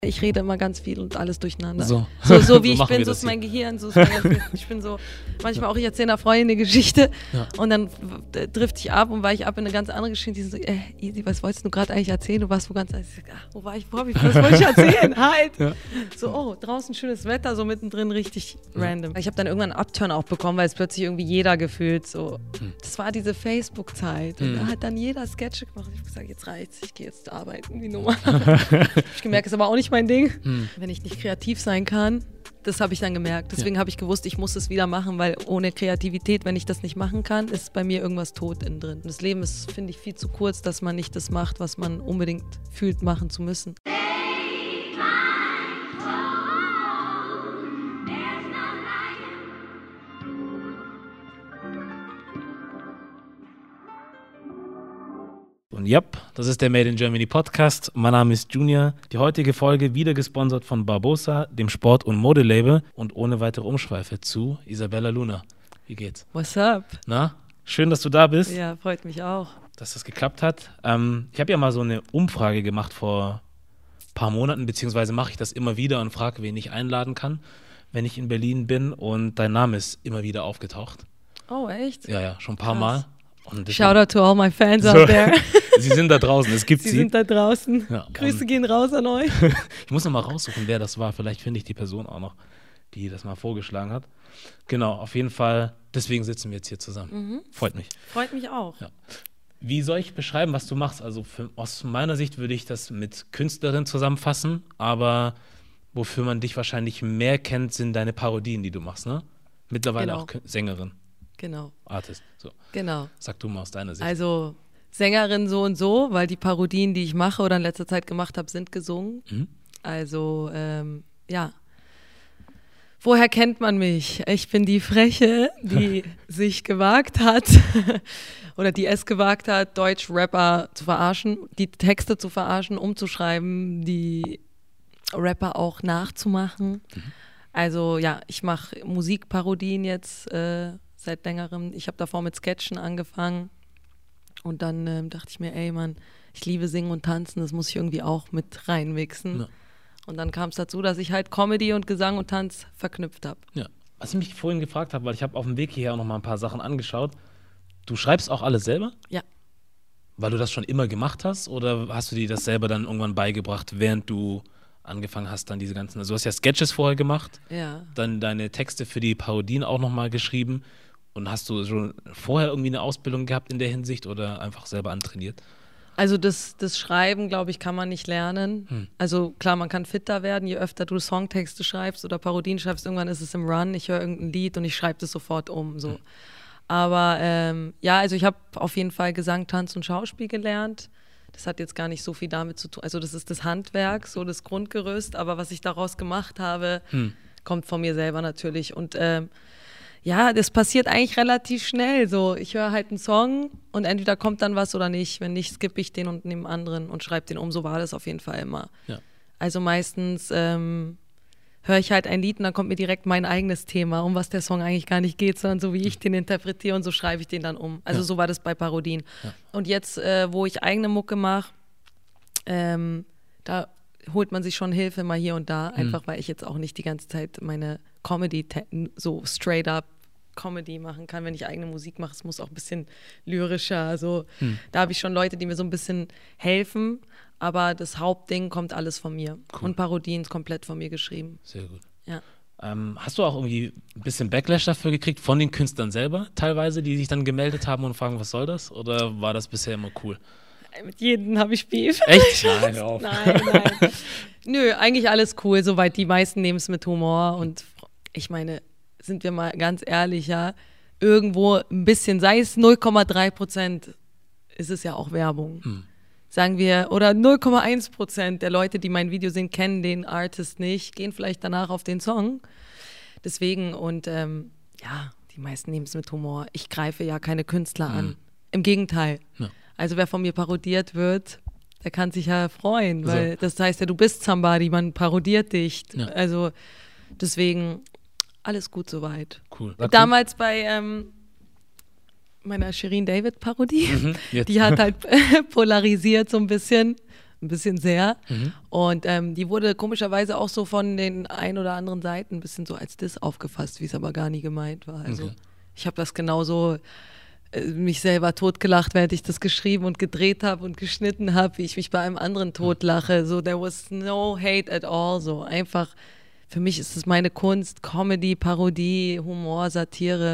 Ich rede immer ganz viel und alles durcheinander. So Wie ich bin, so ist mein Gehirn, so ist mein ganzes, ich bin so, manchmal auch, ich erzähle einer Freundin eine Geschichte und dann drifte ich ab und weiche ab in eine ganz andere Geschichte. Die so, Easy, was wolltest du gerade eigentlich erzählen? Du warst wo ganz, wo war ich, was wollte ich erzählen? Halt! Ja. So, oh, draußen schönes Wetter, so mittendrin richtig random. Ich habe dann irgendwann einen Upturn auch bekommen, weil es plötzlich irgendwie jeder gefühlt so, das war diese Facebook-Zeit und da hat dann jeder Sketche gemacht. Ich habe gesagt, jetzt reicht's, ich gehe jetzt arbeiten, die Nummer. Ich gemerkt, ist aber auch nicht mein Ding. Wenn ich nicht kreativ sein kann, das habe ich dann gemerkt. Deswegen habe ich gewusst, ich muss es wieder machen, weil ohne Kreativität, wenn ich das nicht machen kann, ist bei mir irgendwas tot innen drin. Und das Leben ist, finde ich, viel zu kurz, dass man nicht das macht, was man unbedingt fühlt, machen zu müssen. Und ja, das ist der Made in Germany Podcast. Mein Name ist Junior. Die heutige Folge wieder gesponsert von Barbosa, dem Sport- und Modelabel. Und ohne weitere Umschweife zu Isabella Luna. Wie geht's? What's up? Na, schön, dass du da bist. Ja, freut mich auch. Dass das geklappt hat. Ich habe ja mal so eine Umfrage gemacht vor ein paar Monaten, beziehungsweise mache ich das immer wieder und frage, wen ich einladen kann, wenn ich in Berlin bin. Und dein Name ist immer wieder aufgetaucht. Oh, echt? Ja, schon ein paar Mal. Shout out to all my fans out there. Sie sind da draußen, es gibt sie. Sie sind da draußen. Ja, Grüße gehen raus an euch. Ich muss noch mal raussuchen, wer das war. Vielleicht finde ich die Person auch noch, die das mal vorgeschlagen hat. Genau, auf jeden Fall. Deswegen sitzen wir jetzt hier zusammen. Freut mich. Freut mich auch. Ja. Wie soll ich beschreiben, was du machst? Also aus meiner Sicht würde ich das mit Künstlerin zusammenfassen, aber wofür man dich wahrscheinlich mehr kennt, sind deine Parodien, die du machst, ne? Mittlerweile auch Sängerin. Genau. Artist. So. Genau. Sag du mal aus deiner Sicht. Also Sängerin so und so, weil die Parodien, die ich mache oder in letzter Zeit gemacht habe, sind gesungen. Also, ja. Woher kennt man mich? Ich bin die Freche, die sich gewagt hat oder die es gewagt hat, Deutsch-Rapper zu verarschen, die Texte zu verarschen, umzuschreiben, die Rapper auch nachzumachen. Also ja, ich mache Musikparodien jetzt seit längerem. Ich habe davor mit Sketchen angefangen und dann dachte ich mir, ey Mann, ich liebe Singen und Tanzen, das muss ich irgendwie auch mit reinmixen. Ja. Und dann kam es dazu, dass ich halt Comedy und Gesang und Tanz verknüpft habe. Ja. Was ich mich vorhin gefragt habe, weil ich habe auf dem Weg hierher auch noch mal ein paar Sachen angeschaut. Du schreibst auch alles selber? Ja. Weil du das schon immer gemacht hast oder hast du dir das selber dann irgendwann beigebracht, während du angefangen hast, dann diese ganzen, also du hast ja Sketches vorher gemacht, dann deine Texte für die Parodien auch nochmal geschrieben und hast du schon vorher irgendwie eine Ausbildung gehabt in der Hinsicht oder einfach selber antrainiert? Also das Schreiben, glaube ich, kann man nicht lernen. Also klar, man kann fitter werden, je öfter du Songtexte schreibst oder Parodien schreibst, irgendwann ist es im Run, ich höre irgendein Lied und ich schreibe das sofort um. So. Aber ja, also ich habe auf jeden Fall Gesang, Tanz und Schauspiel gelernt. Das hat jetzt gar nicht so viel damit zu tun. Also das ist das Handwerk, so das Grundgerüst, aber was ich daraus gemacht habe, kommt von mir selber natürlich. Und ja, das passiert eigentlich relativ schnell. So, ich höre halt einen Song und entweder kommt dann was oder nicht. Wenn nicht, skippe ich den und nehme einen anderen und schreibe den um. So war das auf jeden Fall immer. Ja. Also meistens höre ich halt ein Lied und dann kommt mir direkt mein eigenes Thema, um was der Song eigentlich gar nicht geht, sondern so wie ich den interpretiere und so schreibe ich den dann um. Also so war das bei Parodien. Ja. Und jetzt, wo ich eigene Mucke mache, da holt man sich schon Hilfe mal hier und da, einfach weil ich jetzt auch nicht die ganze Zeit meine Comedy so straight up Comedy machen kann, wenn ich eigene Musik mache. Es muss auch ein bisschen lyrischer. Also da habe ich schon Leute, die mir so ein bisschen helfen, aber das Hauptding kommt alles von mir. Cool. Und Parodien ist komplett von mir geschrieben. Sehr gut. Ja. Hast du auch irgendwie ein bisschen Backlash dafür gekriegt von den Künstlern selber teilweise, die sich dann gemeldet haben und fragen, was soll das? Oder war das bisher immer cool? Mit jedem habe ich Beef. Echt? Nein, hör auf. Nein. Nö, eigentlich alles cool, soweit die meisten nehmen es mit Humor und ich meine, sind wir mal ganz ehrlich, ja, irgendwo ein bisschen, sei es 0,3%, ist es ja auch Werbung. Sagen wir, oder 0,1% der Leute, die mein Video sehen, kennen den Artist nicht, gehen vielleicht danach auf den Song. Deswegen und ja, die meisten nehmen es mit Humor. Ich greife ja keine Künstler an. Im Gegenteil. Ja. Also wer von mir parodiert wird, der kann sich ja freuen, weil das heißt ja, du bist somebody, man parodiert dich. Ja. Also deswegen alles gut soweit. Cool. Damals bei meiner Shirin David Parodie, die hat halt polarisiert so ein bisschen ein bisschen sehr. Und die wurde komischerweise auch so von den ein oder anderen Seiten ein bisschen so als Diss aufgefasst, wie es aber gar nie gemeint war. Also ich habe das genauso mich selber totgelacht, während ich das geschrieben und gedreht habe und geschnitten habe, wie ich mich bei einem anderen totlache. So, there was no hate at all. So einfach, für mich ist es meine Kunst, Comedy, Parodie, Humor, Satire.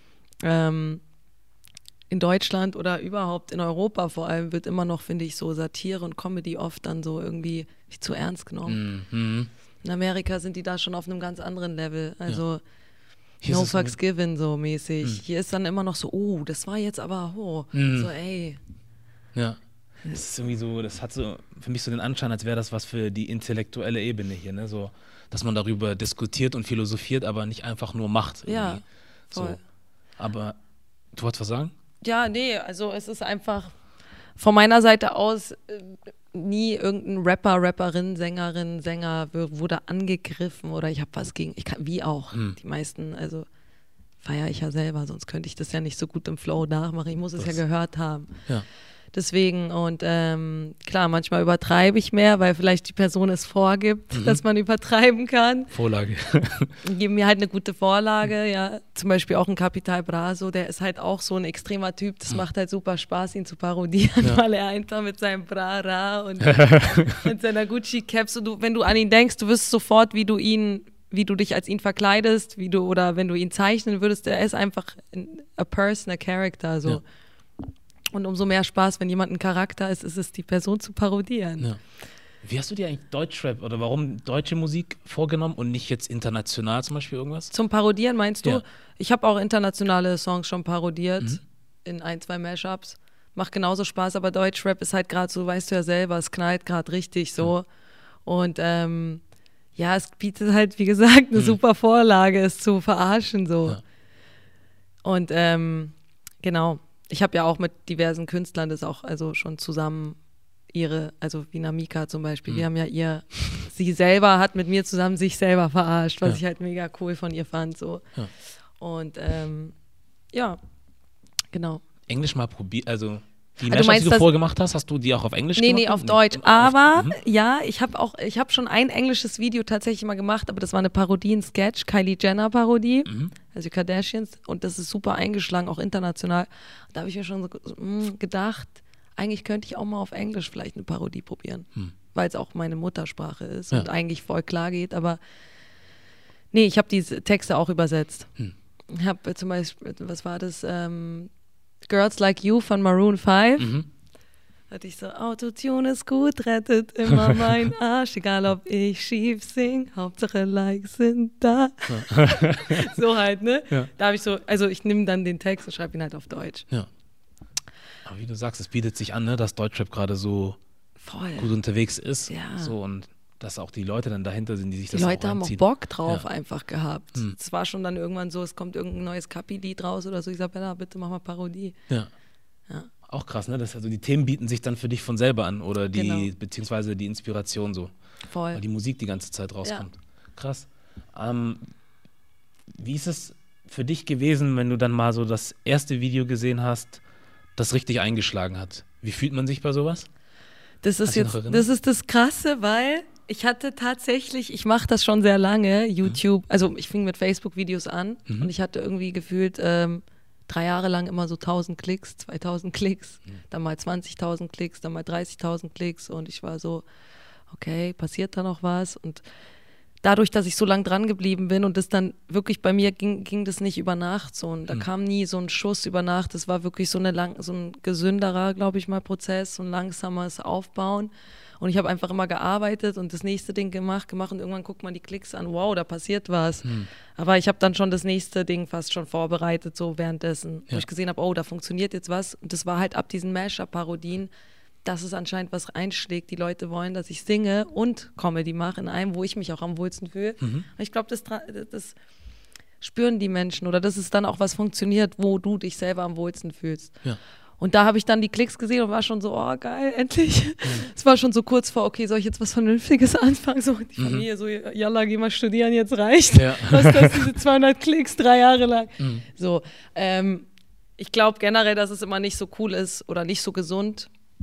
In Deutschland oder überhaupt in Europa vor allem wird immer noch, finde ich, so Satire und Comedy oft dann so irgendwie nicht zu ernst genommen. In Amerika sind die da schon auf einem ganz anderen Level. Also no fucks given so mäßig. Hier ist dann immer noch so, oh, das war jetzt aber, so ey. Ja, das ist irgendwie so, das hat so für mich so den Anschein, als wäre das was für die intellektuelle Ebene hier, ne? So, dass man darüber diskutiert und philosophiert, aber nicht einfach nur macht. Irgendwie. Ja, voll. So. Aber, du wolltest was sagen? Ja, nee, also es ist einfach von meiner Seite aus nie irgendein Rapper, Rapperin, Sängerin, Sänger wurde angegriffen oder ich habe was gegen, wie auch, die meisten, also feiere ich ja selber, sonst könnte ich das ja nicht so gut im Flow nachmachen, ich muss es ja gehört haben. Ja. Deswegen und klar, manchmal übertreibe ich mehr, weil vielleicht die Person es vorgibt, dass man übertreiben kann. Vorlage. Geben mir halt eine gute Vorlage, ja. Zum Beispiel auch ein Capital Bra, so, der ist halt auch so ein extremer Typ. Das macht halt super Spaß, ihn zu parodieren, weil er einfach mit seinem Bra und mit seiner Gucci-Cap, so, wenn du an ihn denkst, du wirst sofort, wie du dich als ihn verkleidest, oder wenn du ihn zeichnen würdest, er ist einfach a person, a character, so. Ja. Und umso mehr Spaß, wenn jemand ein Charakter ist, ist es, die Person zu parodieren. Ja. Wie hast du dir eigentlich Deutschrap oder warum deutsche Musik vorgenommen und nicht jetzt international zum Beispiel irgendwas? Zum Parodieren meinst du? Ja. Ich habe auch internationale Songs schon parodiert in 1, 2 Mashups. Macht genauso Spaß, aber Deutschrap ist halt gerade so, weißt du ja selber, es knallt gerade richtig so. Und ja, es bietet halt, wie gesagt, eine super Vorlage, es zu verarschen so. Ja. Und genau. Ich habe ja auch mit diversen Künstlern das auch also schon zusammen also wie Namika zum Beispiel, wir haben ja sie selber hat mit mir zusammen sich selber verarscht, was ich halt mega cool von ihr fand. So. Ja. Und ja, genau. Englisch mal probiert, also die Mashups, die du vorher gemacht hast du die auch auf Englisch gemacht? Nee, auf Deutsch. Aber ja, ich habe schon ein englisches Video tatsächlich mal gemacht, aber das war eine Parodie, ein Sketch, Kylie Jenner Parodie, also die Kardashians, und das ist super eingeschlagen, auch international. Da habe ich mir schon so gedacht, eigentlich könnte ich auch mal auf Englisch vielleicht eine Parodie probieren, weil es auch meine Muttersprache ist und eigentlich voll klar geht, aber nee, ich habe diese Texte auch übersetzt. Ich habe zum Beispiel, was war das, Girls Like You von Maroon 5. Hatte ich so, Autotune ist gut, rettet immer mein Arsch, egal ob ich schief sing, Hauptsache Likes sind da. So halt, ne? Ja. Da habe ich so, also ich nehme dann den Text und schreibe ihn halt auf Deutsch. Ja. Aber wie du sagst, es bietet sich an, ne, dass Deutschrap gerade so gut unterwegs ist. Ja. So, und dass auch die Leute dann dahinter sind, die sich das auch Leute haben auch Bock drauf einfach gehabt. Es war schon dann irgendwann so, es kommt irgendein neues Kapi-Lied raus oder so. Isabella, bitte mach mal Parodie. Ja. Auch krass, ne? Also die Themen bieten sich dann für dich von selber an oder beziehungsweise die Inspiration so. Voll. Weil die Musik die ganze Zeit rauskommt. Krass. Wie ist es für dich gewesen, wenn du dann mal so das erste Video gesehen hast, das richtig eingeschlagen hat? Wie fühlt man sich bei sowas? Das ist das Krasse, weil ich hatte tatsächlich, ich mache das schon sehr lange, YouTube, also ich fing mit Facebook-Videos an und ich hatte irgendwie gefühlt 3 Jahre lang immer so 1000 Klicks, 2000 Klicks, dann mal 20.000 Klicks, dann mal 30.000 Klicks und ich war so, okay, passiert da noch was? Und dadurch, dass ich so lang dran geblieben bin und das dann wirklich bei mir ging das nicht über Nacht so und da kam nie so ein Schuss über Nacht, das war wirklich so ein gesünderer, glaube ich mal, Prozess, so ein langsames Aufbauen. Und ich habe einfach immer gearbeitet und das nächste Ding gemacht und irgendwann guckt man die Klicks an, wow, da passiert was. Aber ich habe dann schon das nächste Ding fast schon vorbereitet, so währenddessen, wo ich gesehen habe, oh, da funktioniert jetzt was. Und das war halt ab diesen Mashup-Parodien, dass es anscheinend was einschlägt. Die Leute wollen, dass ich singe und Comedy mache in einem, wo ich mich auch am wohlsten fühle. Ich glaube, das spüren die Menschen oder das ist dann auch, was funktioniert, wo du dich selber am wohlsten fühlst. Ja. Und da habe ich dann die Klicks gesehen und war schon so, oh geil, endlich. Es war schon so kurz vor, okay, soll ich jetzt was Vernünftiges anfangen? So die Familie so, jalla, geh mal studieren, jetzt reicht. Ja. Was ist das, diese 200 Klicks 3 Jahre lang? So, ich glaube generell, dass es immer nicht so cool ist oder nicht so gesund,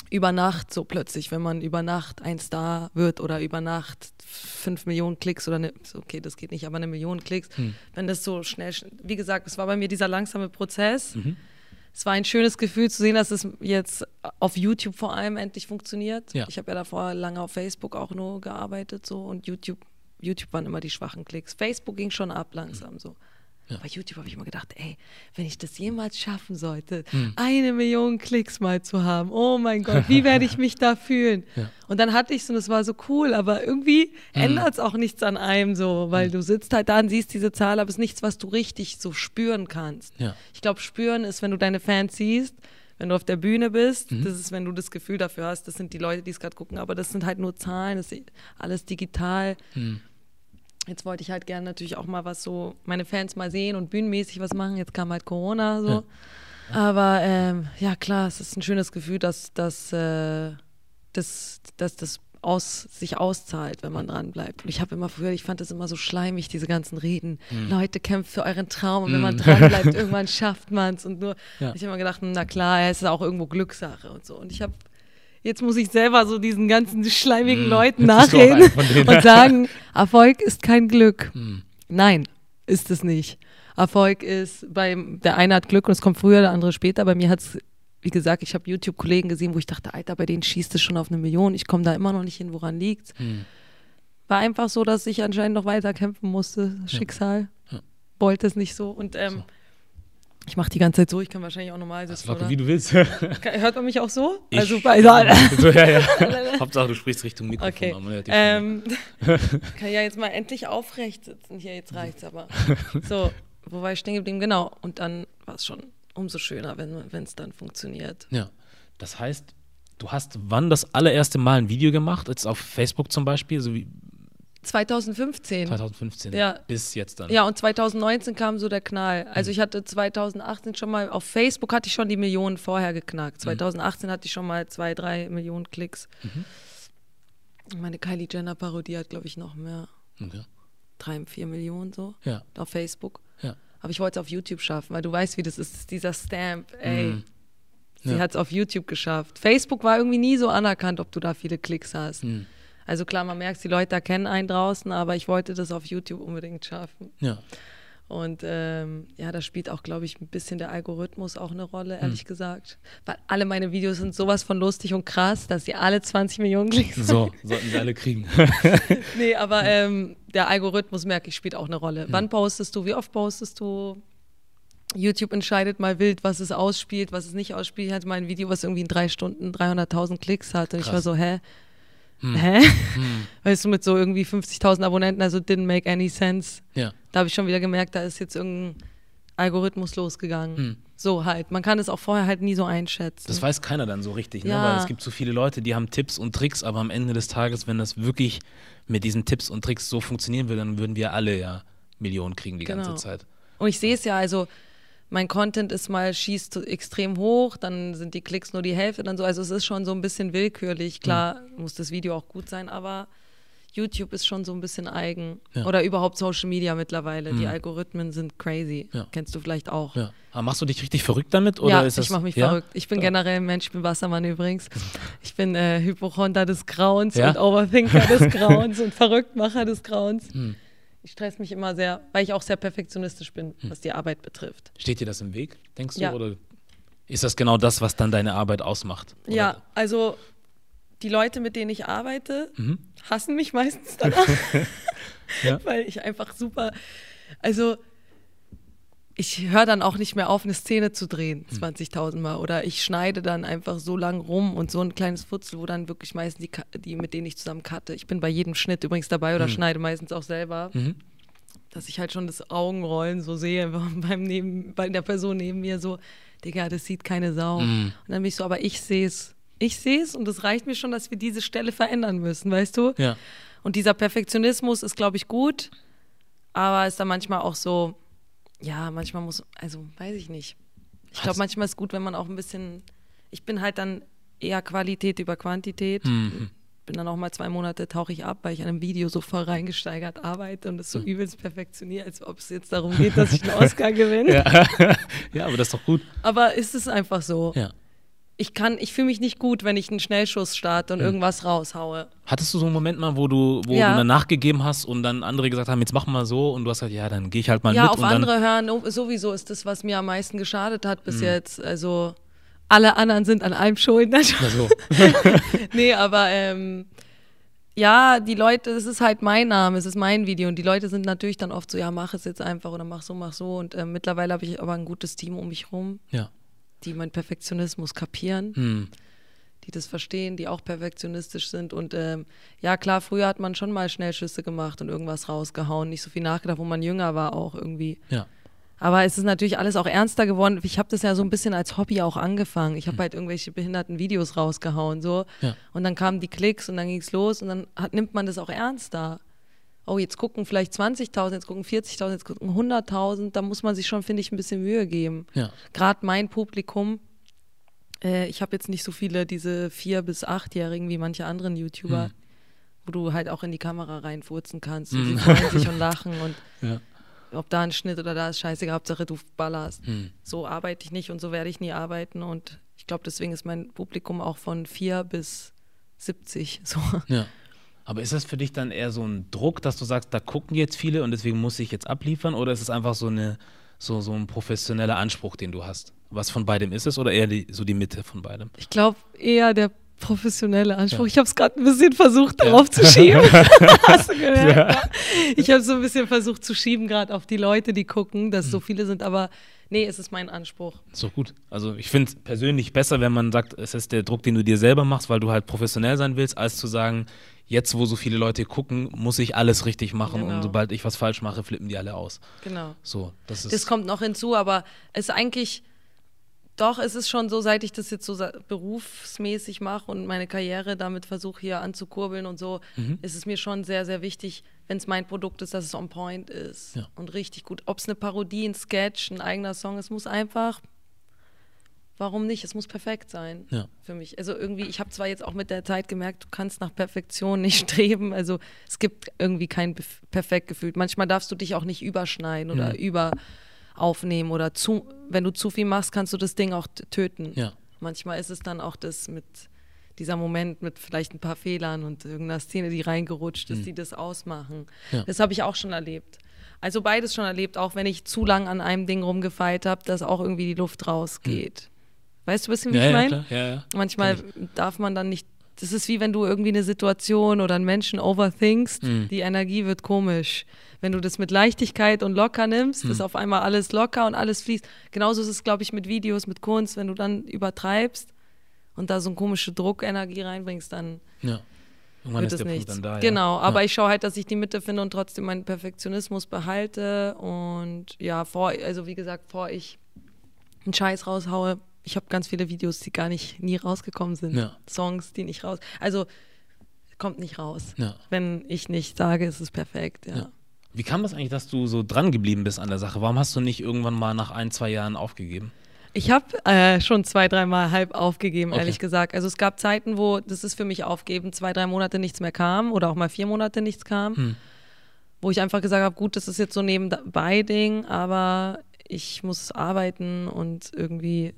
über Nacht so plötzlich, wenn man über Nacht ein Star wird oder über Nacht 5 Millionen Klicks oder okay, das geht nicht, aber 1 Million Klicks, wenn das so schnell, wie gesagt, es war bei mir dieser langsame Prozess. Es war ein schönes Gefühl zu sehen, dass es jetzt auf YouTube vor allem endlich funktioniert. Ja. Ich habe ja davor lange auf Facebook auch nur gearbeitet so und YouTube waren immer die schwachen Klicks. Facebook ging schon ab langsam so. Ja. Bei YouTube habe ich immer gedacht, ey, wenn ich das jemals schaffen sollte, 1 Million Klicks mal zu haben, oh mein Gott, wie werde ich mich da fühlen? Ja. Und dann hatte ich es und es war so cool, aber irgendwie ändert es auch nichts an einem so, weil du sitzt halt da und siehst diese Zahl, aber es ist nichts, was du richtig so spüren kannst. Ja. Ich glaube, spüren ist, wenn du deine Fans siehst, wenn du auf der Bühne bist, das ist, wenn du das Gefühl dafür hast, das sind die Leute, die es gerade gucken, aber das sind halt nur Zahlen, das ist alles digital. Jetzt wollte ich halt gerne natürlich auch mal was so, meine Fans mal sehen und bühnenmäßig was machen. Jetzt kam halt Corona so. Ja. Aber ja klar, es ist ein schönes Gefühl, dass das sich auszahlt, wenn man dran bleibt. Und ich habe immer früher, ich fand das immer so schleimig, diese ganzen Reden. Leute, kämpft für euren Traum und wenn man dran bleibt, irgendwann schafft man es. Und nur, ich habe immer gedacht, na klar, es ist auch irgendwo Glückssache und so. Und jetzt muss ich selber so diesen ganzen schleimigen Leuten nachreden und sagen, Erfolg ist kein Glück. Nein, ist es nicht. Erfolg ist, der eine hat Glück und es kommt früher, der andere später. Bei mir hat es, wie gesagt, ich habe YouTube-Kollegen gesehen, wo ich dachte, Alter, bei denen schießt es schon auf 1 Million. Ich komme da immer noch nicht hin, woran liegt's? War einfach so, dass ich anscheinend noch weiter kämpfen musste. Schicksal wollte es nicht so. Und ich mache die ganze Zeit so, ich kann wahrscheinlich auch normal sitzen, oder? Wie du willst. Hört man mich auch so? So, Hauptsache, du sprichst Richtung Mikrofon. Okay. Kann ja jetzt mal endlich aufrecht sitzen. Hier, jetzt reicht's aber. So, wo war ich stehen geblieben? Genau. Und dann war es schon umso schöner, wenn es dann funktioniert. Ja, das heißt, du hast wann das allererste Mal ein Video gemacht? Jetzt auf Facebook zum Beispiel? So wie 2015. 2015, ja. Bis jetzt dann. Ja, und 2019 kam so der Knall. Also ich hatte 2018 schon mal, auf Facebook hatte ich schon die Millionen vorher geknackt. 2018 hatte ich schon mal 2-3 Millionen Klicks. Meine Kylie Jenner Parodie hat, glaube ich, noch mehr. Okay. 3-4 Millionen so auf Facebook. Ja. Aber ich wollte es auf YouTube schaffen, weil du weißt, wie das ist, dieser Stamp, ey. Sie hat es auf YouTube geschafft. Facebook war irgendwie nie so anerkannt, ob du da viele Klicks hast. Also klar, man merkt, die Leute erkennen einen draußen, aber ich wollte das auf YouTube unbedingt schaffen. Ja. Und da spielt auch, glaube ich, ein bisschen der Algorithmus auch eine Rolle, ehrlich gesagt. Weil alle meine Videos sind sowas von lustig und krass, dass sie alle 20 Millionen Klicks haben. So, sollten sie alle kriegen. Nee, aber der Algorithmus, merke ich, spielt auch eine Rolle. Wann postest du, wie oft postest du? YouTube entscheidet mal wild, was es ausspielt, was es nicht ausspielt. Ich hatte mal ein Video, was irgendwie in 3 Stunden 300.000 Klicks hatte. Und ich war so, hä? Weißt du, mit so irgendwie 50.000 Abonnenten, also didn't make any sense. Ja. Da habe ich schon wieder gemerkt, da ist jetzt irgendein Algorithmus losgegangen. So halt, man kann es auch vorher halt nie so einschätzen. Das weiß keiner dann so richtig, ne? Weil es gibt so viele Leute, die haben Tipps und Tricks, aber am Ende des Tages, wenn das wirklich mit diesen Tipps und Tricks so funktionieren würde, dann würden wir alle ja Millionen kriegen die ganze Zeit. Und ich sehe es ja, also mein Content ist mal, schießt extrem hoch, dann sind die Klicks nur die Hälfte, dann so, also es ist schon so ein bisschen willkürlich. Klar muss das Video auch gut sein, aber YouTube ist schon so ein bisschen eigen. Ja. Oder überhaupt Social Media mittlerweile. Die Algorithmen sind crazy. Ja. Kennst du vielleicht auch. Ja. Aber machst du dich richtig verrückt damit? Oder ja, ist das, ich mache mich verrückt. Ich bin generell ein Mensch, ich bin Wassermann übrigens. Ich bin Hypochonder des Grauens und Overthinker des Grauens und Verrücktmacher des Grauens. Ich stress mich immer sehr, weil ich auch sehr perfektionistisch bin, was die Arbeit betrifft. Steht dir das im Weg, denkst du? Ja. Oder ist das genau das, was dann deine Arbeit ausmacht? Oder? Ja, also die Leute, mit denen ich arbeite, hassen mich meistens danach. Weil ich einfach super, also ich höre dann auch nicht mehr auf, eine Szene zu drehen, 20.000 Mal. Oder ich schneide dann einfach so lang rum und so ein kleines Futzel, wo dann wirklich meistens die mit denen ich zusammen cutte. Ich bin bei jedem Schnitt übrigens dabei oder schneide meistens auch selber. Dass ich halt schon das Augenrollen so sehe bei der Person neben mir so, Digga, das sieht keine Sau. Und dann bin ich so, aber ich sehe es. Ich sehe es und es reicht mir schon, dass wir diese Stelle verändern müssen, weißt du? Ja. Und dieser Perfektionismus ist, glaube ich, gut, aber ist dann manchmal auch so, ja, manchmal weiß ich nicht. Ich glaube, manchmal ist es gut, wenn man auch ein bisschen, ich bin halt dann eher Qualität über Quantität. Bin dann auch mal 2 Monate, tauche ich ab, weil ich an einem Video so voll reingesteigert arbeite und es so übelst perfektioniere, als ob es jetzt darum geht, dass ich einen Oscar gewinne. Ja, aber das ist doch gut. Aber ist es einfach so. Ja. ich fühle mich nicht gut, wenn ich einen Schnellschuss starte und irgendwas raushaue. Hattest du so einen Moment mal, wo du dann nachgegeben hast und dann andere gesagt haben, jetzt mach mal so und du hast gesagt, ja, dann gehe ich halt mal mit. Ja, auf andere hören, sowieso ist das, was mir am meisten geschadet hat bis jetzt. Also alle anderen sind an allem schuld. So. Nee, aber ja, die Leute, es ist halt mein Name, es ist mein Video und die Leute sind natürlich dann oft so, ja, mach es jetzt einfach oder mach so und mittlerweile habe ich aber ein gutes Team um mich rum, die meinen Perfektionismus kapieren, die das verstehen, die auch perfektionistisch sind und ja klar, früher hat man schon mal Schnellschüsse gemacht und irgendwas rausgehauen, nicht so viel nachgedacht, wo man jünger war auch irgendwie. Ja. Aber es ist natürlich alles auch ernster geworden. Ich habe das ja so ein bisschen als Hobby auch angefangen. Ich habe halt irgendwelche behinderten Videos rausgehauen so. Ja. Und dann kamen die Klicks und dann ging es los und dann nimmt man das auch ernster. Oh, jetzt gucken vielleicht 20.000, jetzt gucken 40.000, jetzt gucken 100.000. Da muss man sich schon, finde ich, ein bisschen Mühe geben. Ja. Gerade mein Publikum, ich habe jetzt nicht so viele diese 4- bis 8-Jährigen wie manche anderen YouTuber, wo du halt auch in die Kamera reinfurzen kannst. Und sie freuen sich und lachen und ob da ein Schnitt oder da ist scheißegal, Hauptsache du ballerst. So arbeite ich nicht und so werde ich nie arbeiten und ich glaube, deswegen ist mein Publikum auch von 4 bis 70 so. Ja. Aber ist das für dich dann eher so ein Druck, dass du sagst, da gucken jetzt viele und deswegen muss ich jetzt abliefern oder ist es einfach so ein professioneller Anspruch, den du hast? Was von beidem ist es oder eher die Mitte von beidem? Ich glaube eher der professionelle Anspruch. Ja. Ich habe es gerade ein bisschen versucht, darauf zu schieben. Hast du gehört? Ja. Ich habe so ein bisschen versucht zu schieben, gerade auf die Leute, die gucken, dass so viele sind, aber nee, es ist mein Anspruch. So gut. Also ich finde es persönlich besser, wenn man sagt, es ist der Druck, den du dir selber machst, weil du halt professionell sein willst, als zu sagen, jetzt, wo so viele Leute gucken, muss ich alles richtig machen und sobald ich was falsch mache, flippen die alle aus. Genau. So, das kommt noch hinzu, aber es ist eigentlich doch, es ist schon so, seit ich das jetzt so berufsmäßig mache und meine Karriere damit versuche hier anzukurbeln und so, ist es mir schon sehr, sehr wichtig, wenn es mein Produkt ist, dass es on point ist und richtig gut. Ob es eine Parodie, ein Sketch, ein eigener Song, es muss einfach, warum nicht? Es muss perfekt sein für mich. Also irgendwie, ich habe zwar jetzt auch mit der Zeit gemerkt, du kannst nach Perfektion nicht streben, also es gibt irgendwie kein perfekt gefühlt. Manchmal darfst du dich auch nicht überschneiden oder aufnehmen oder wenn du zu viel machst, kannst du das Ding auch töten. Ja. Manchmal ist es dann auch das mit dieser Moment mit vielleicht ein paar Fehlern und irgendeiner Szene, die reingerutscht ist, die das ausmachen. Ja. Das habe ich auch schon erlebt. Also beides schon erlebt, auch wenn ich zu lang an einem Ding rumgefeilt habe, dass auch irgendwie die Luft rausgeht. Weißt du ein bisschen, wie ich meine? Ja. Manchmal darf man dann nicht, das ist wie wenn du irgendwie eine Situation oder einen Menschen overthinkst, die Energie wird komisch. Wenn du das mit Leichtigkeit und locker nimmst, ist auf einmal alles locker und alles fließt. Genauso ist es, glaube ich, mit Videos, mit Kunst, wenn du dann übertreibst und da so eine komische Druckenergie reinbringst, dann wird es nichts. Dann da, genau, aber ich schaue halt, dass ich die Mitte finde und trotzdem meinen Perfektionismus behalte und bevor ich einen Scheiß raushaue, ich habe ganz viele Videos, die nie rausgekommen sind. Songs, die nicht raus, also kommt nicht raus, wenn ich nicht sage, es ist perfekt, Wie kam das eigentlich, dass du so dran geblieben bist an der Sache? Warum hast du nicht irgendwann mal nach 1-2 Jahren aufgegeben? Ich habe schon 2-3 Mal halb aufgegeben, ehrlich gesagt. Also es gab Zeiten, wo, das ist für mich aufgeben, 2-3 Monate nichts mehr kam oder auch mal 4 Monate nichts kam, wo ich einfach gesagt habe, gut, das ist jetzt so nebenbei Ding, aber ich muss arbeiten und irgendwie,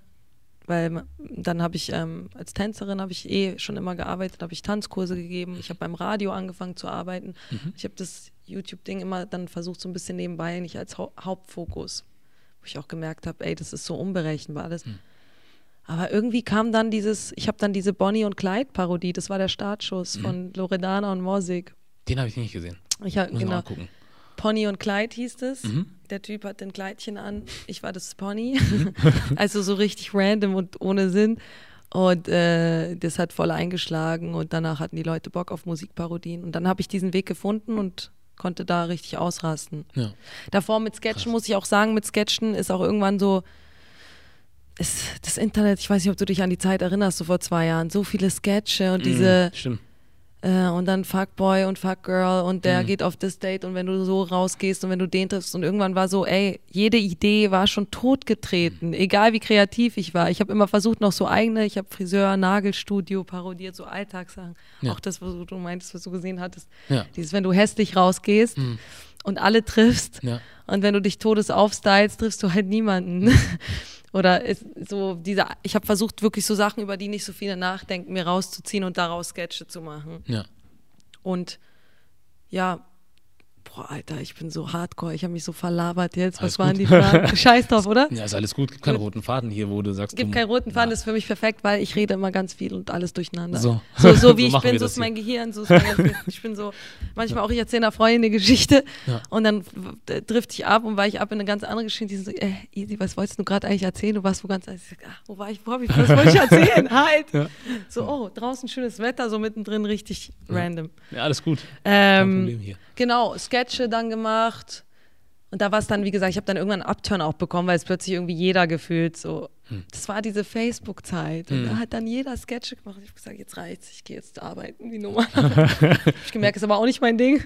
weil dann habe ich als Tänzerin habe ich schon immer gearbeitet, habe ich Tanzkurse gegeben, ich habe beim Radio angefangen zu arbeiten, ich habe das YouTube-Ding immer dann versucht so ein bisschen nebenbei, nicht als Hauptfokus, wo ich auch gemerkt habe, das ist so unberechenbar alles. Aber irgendwie kam dann ich habe dann diese Bonnie und Clyde-Parodie, das war der Startschuss von Loredana und Morsig. Den habe ich nicht gesehen. Muss mal angucken. Pony und Clyde hieß es. Der Typ hat ein Kleidchen an, ich war das Pony. Also so richtig random und ohne Sinn. Und das hat voll eingeschlagen und danach hatten die Leute Bock auf Musikparodien. Und dann habe ich diesen Weg gefunden und konnte da richtig ausrasten. Ja. Davor mit Sketchen muss ich auch sagen, mit Sketchen ist auch irgendwann so, das Internet, ich weiß nicht, ob du dich an die Zeit erinnerst, so vor 2 Jahren, so viele Sketche und diese... Stimmt. Und dann Fuckboy und Fuckgirl und der geht auf das Date und wenn du so rausgehst und wenn du den triffst und irgendwann war so, jede Idee war schon totgetreten, egal wie kreativ ich war. Ich habe immer versucht noch so ich habe Friseur, Nagelstudio parodiert, so Alltagssachen. Auch das, was du meintest, was du gesehen hattest. Ja. Dieses, wenn du hässlich rausgehst und alle triffst und wenn du dich todes aufstylst, triffst du halt niemanden. Oder ich habe versucht, wirklich so Sachen, über die nicht so viele nachdenken, mir rauszuziehen und daraus Sketche zu machen. Ja. Und ja, boah, Alter, ich bin so hardcore, ich habe mich so verlabert jetzt. Was waren die Fragen? Scheiß drauf, oder? Ja, ist alles gut. Gibt keinen roten Faden hier, wo du sagst, gibt keinen roten Faden, das ist für mich perfekt, weil ich rede immer ganz viel und alles durchdurcheinander. So wie ich bin, so ist mein Gehirn, so ist mein Gehirn. Ich bin so, manchmal auch, ich erzähle einer Freundin eine Geschichte und dann drifte ich ab und weiche ab in eine ganz andere Geschichte. Die so, Easy, was wolltest du gerade eigentlich erzählen? Du warst wo ganz, ich sag, was wollte ich erzählen? Halt! Ja. So, oh, draußen schönes Wetter, so mittendrin richtig random. Ja, alles gut. Kein Problem hier. Genau, Sketche dann gemacht. Und da war es dann, wie gesagt, ich habe dann irgendwann einen Upturn auch bekommen, weil es plötzlich irgendwie jeder gefühlt so. Das war diese Facebook-Zeit. Und da hat dann jeder Sketche gemacht. Ich habe gesagt, jetzt reicht's, ich gehe jetzt arbeiten wie normal. Ich gemerkt, das ist aber auch nicht mein Ding.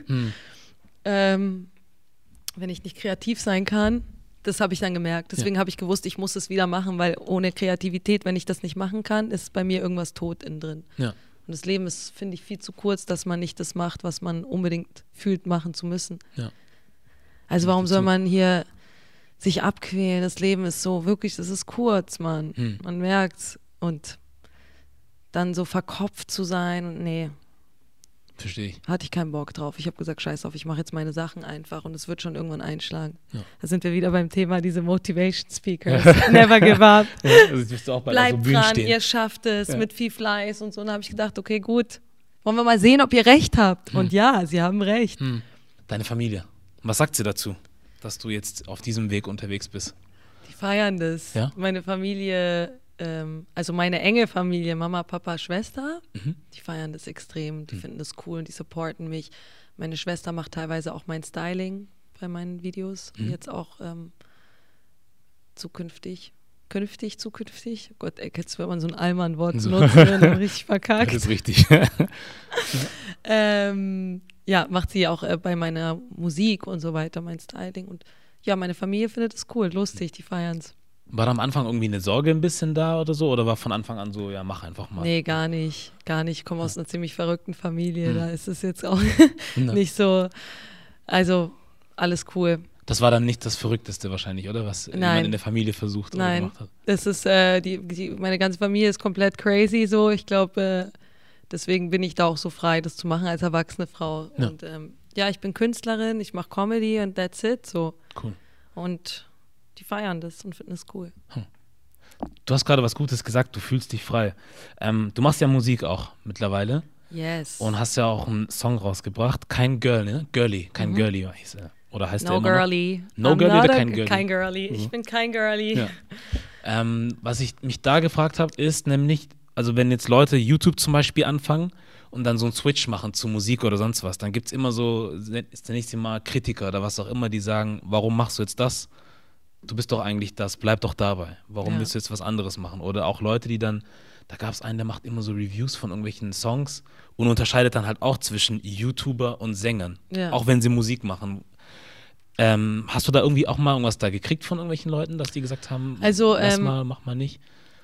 Wenn ich nicht kreativ sein kann, das habe ich dann gemerkt. Deswegen habe ich gewusst, ich muss es wieder machen, weil ohne Kreativität, wenn ich das nicht machen kann, ist bei mir irgendwas tot innen drin. Ja. Und das Leben ist, finde ich, viel zu kurz, dass man nicht das macht, was man unbedingt fühlt, machen zu müssen. Ja. Also warum soll man hier sich abquälen? Das Leben ist so, wirklich, das ist kurz, Mann. Man merkt's. Und dann so verkopft zu sein und nee. Verstehe ich. Hatte ich keinen Bock drauf. Ich habe gesagt, scheiß auf, ich mache jetzt meine Sachen einfach und es wird schon irgendwann einschlagen. Ja. Da sind wir wieder beim Thema, diese Motivation Speakers. Never give up. Ja, also wirst du auch bei Bleibt so dran, stehen. Ihr schafft es mit viel Fleiß und so. Und dann habe ich gedacht, okay, gut, wollen wir mal sehen, ob ihr recht habt. Und ja, sie haben recht. Deine Familie, was sagt sie dazu, dass du jetzt auf diesem Weg unterwegs bist? Die feiern das. Ja? Meine Familie, also meine enge Familie, Mama, Papa, Schwester, die feiern das extrem, die finden das cool und die supporten mich. Meine Schwester macht teilweise auch mein Styling bei meinen Videos und jetzt auch zukünftig. Oh Gott, ey, jetzt wird man so ein Allmann-Wort nutzen, dann richtig verkackt. Das ist richtig. Ja, macht sie auch bei meiner Musik und so weiter, mein Styling. Und ja, meine Familie findet es cool, lustig, die feiern's. War da am Anfang irgendwie eine Sorge ein bisschen da oder so? Oder war von Anfang an so, ja, mach einfach mal? Nee, gar nicht. Ich komme aus einer ziemlich verrückten Familie, da ist es jetzt auch nicht so, also alles cool. Das war dann nicht das Verrückteste wahrscheinlich, oder? Was jemand in der Familie versucht oder gemacht hat? Das ist, meine ganze Familie ist komplett crazy so. Ich glaube, deswegen bin ich da auch so frei, das zu machen als erwachsene Frau. Ja. Und ja, ich bin Künstlerin, ich mache Comedy und that's it. So. Cool. Und die feiern das und finden es cool. Du hast gerade was Gutes gesagt, du fühlst dich frei. Du machst ja Musik auch mittlerweile. Yes. Und hast ja auch einen Song rausgebracht. Kein Girl, ne? Girly, kein Girly hieß er. Oder heißt No Girly. No Girly oder kein Girly? Kein Girly. Ich bin kein Girly. Ja. Was ich mich da gefragt habe, ist nämlich, also wenn jetzt Leute YouTube zum Beispiel anfangen und dann so einen Switch machen zu Musik oder sonst was, dann gibt es immer so, ist der nächste Mal Kritiker oder was auch immer, die sagen, warum machst du jetzt das? Du bist doch eigentlich das, bleib doch dabei. Warum willst du jetzt was anderes machen? Oder auch Leute, die dann, da gab es einen, der macht immer so Reviews von irgendwelchen Songs und unterscheidet dann halt auch zwischen YouTuber und Sängern, auch wenn sie Musik machen. Hast du da irgendwie auch mal irgendwas da gekriegt von irgendwelchen Leuten, dass die gesagt haben, lass mal, mach mal nicht?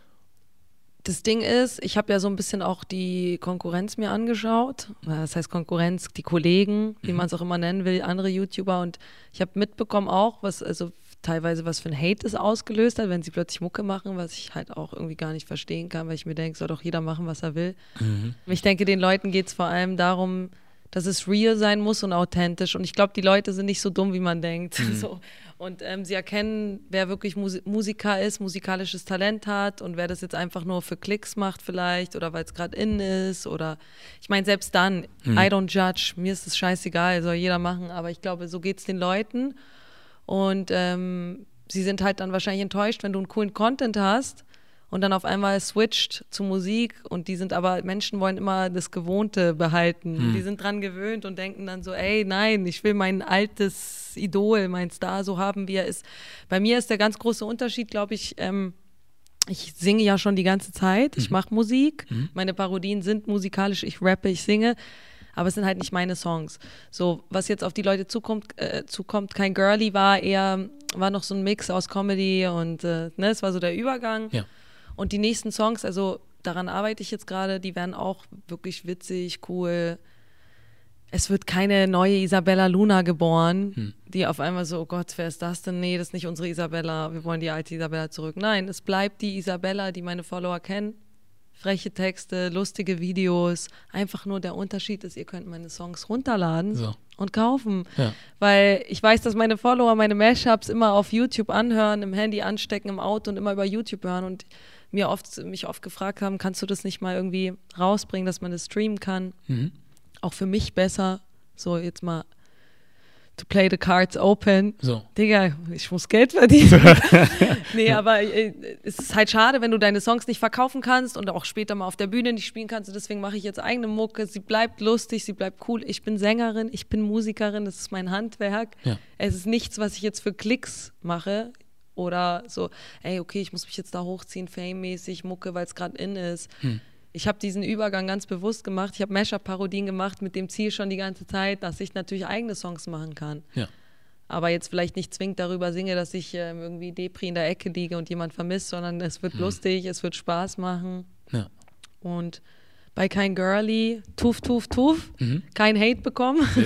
Das Ding ist, ich habe ja so ein bisschen auch die Konkurrenz mir angeschaut. Das heißt Konkurrenz, die Kollegen, wie man es auch immer nennen will, andere YouTuber. Und ich habe mitbekommen auch, teilweise was für ein Hate es ausgelöst hat, wenn sie plötzlich Mucke machen, was ich halt auch irgendwie gar nicht verstehen kann, weil ich mir denke, soll doch jeder machen, was er will. Ich denke, den Leuten geht es vor allem darum, dass es real sein muss und authentisch. Und ich glaube, die Leute sind nicht so dumm, wie man denkt. So. Und sie erkennen, wer wirklich Musiker ist, musikalisches Talent hat und wer das jetzt einfach nur für Klicks macht vielleicht oder weil es gerade in ist. Oder ich meine, selbst dann, I don't judge, mir ist es scheißegal, soll jeder machen. Aber ich glaube, so geht es den Leuten. Und sie sind halt dann wahrscheinlich enttäuscht, wenn du einen coolen Content hast und dann auf einmal switcht zu Musik und Menschen wollen immer das Gewohnte behalten. Die sind dran gewöhnt und denken dann so, ey, nein, ich will mein altes Idol, mein Star so haben, wie er ist. Bei mir ist der ganz große Unterschied, glaube ich, ich singe ja schon die ganze Zeit, ich mache Musik, meine Parodien sind musikalisch, ich rappe, ich singe, aber es sind halt nicht meine Songs. So, was jetzt auf die Leute zukommt, kein Girly war noch so ein Mix aus Comedy und es war so der Übergang. Ja. Und die nächsten Songs, also daran arbeite ich jetzt gerade, die werden auch wirklich witzig, cool. Es wird keine neue Isabella Luna geboren. die auf einmal so, oh Gott, wer ist das denn? Nee, das ist nicht unsere Isabella, wir wollen die alte Isabella zurück. Nein, es bleibt die Isabella, die meine Follower kennen. Freche Texte, lustige Videos. Einfach nur der Unterschied ist, ihr könnt meine Songs runterladen und kaufen. Ja. Weil ich weiß, dass meine Follower meine Mashups immer auf YouTube anhören, im Handy anstecken, im Auto und immer über YouTube hören und mich oft gefragt haben, kannst du das nicht mal irgendwie rausbringen, dass man das streamen kann? Auch für mich besser. So, jetzt mal to play the cards open. So. Digga, ich muss Geld verdienen. Nee, aber es ist halt schade, wenn du deine Songs nicht verkaufen kannst und auch später mal auf der Bühne nicht spielen kannst. Und deswegen mache ich jetzt eigene Mucke. Sie bleibt lustig, sie bleibt cool. Ich bin Sängerin, ich bin Musikerin, das ist mein Handwerk. Ja. Es ist nichts, was ich jetzt für Klicks mache. Oder so, ey, okay, ich muss mich jetzt da hochziehen, fame-mäßig, Mucke, weil es gerade in ist. Ich habe diesen Übergang ganz bewusst gemacht. Ich habe Mashup-Parodien gemacht mit dem Ziel schon die ganze Zeit, dass ich natürlich eigene Songs machen kann. Ja. Aber jetzt vielleicht nicht zwingend darüber singe, dass ich irgendwie Depri in der Ecke liege und jemand vermisst, sondern es wird lustig, es wird Spaß machen. Ja. Und bei Kein Girlie, tuff, kein Hate bekommen. Sehr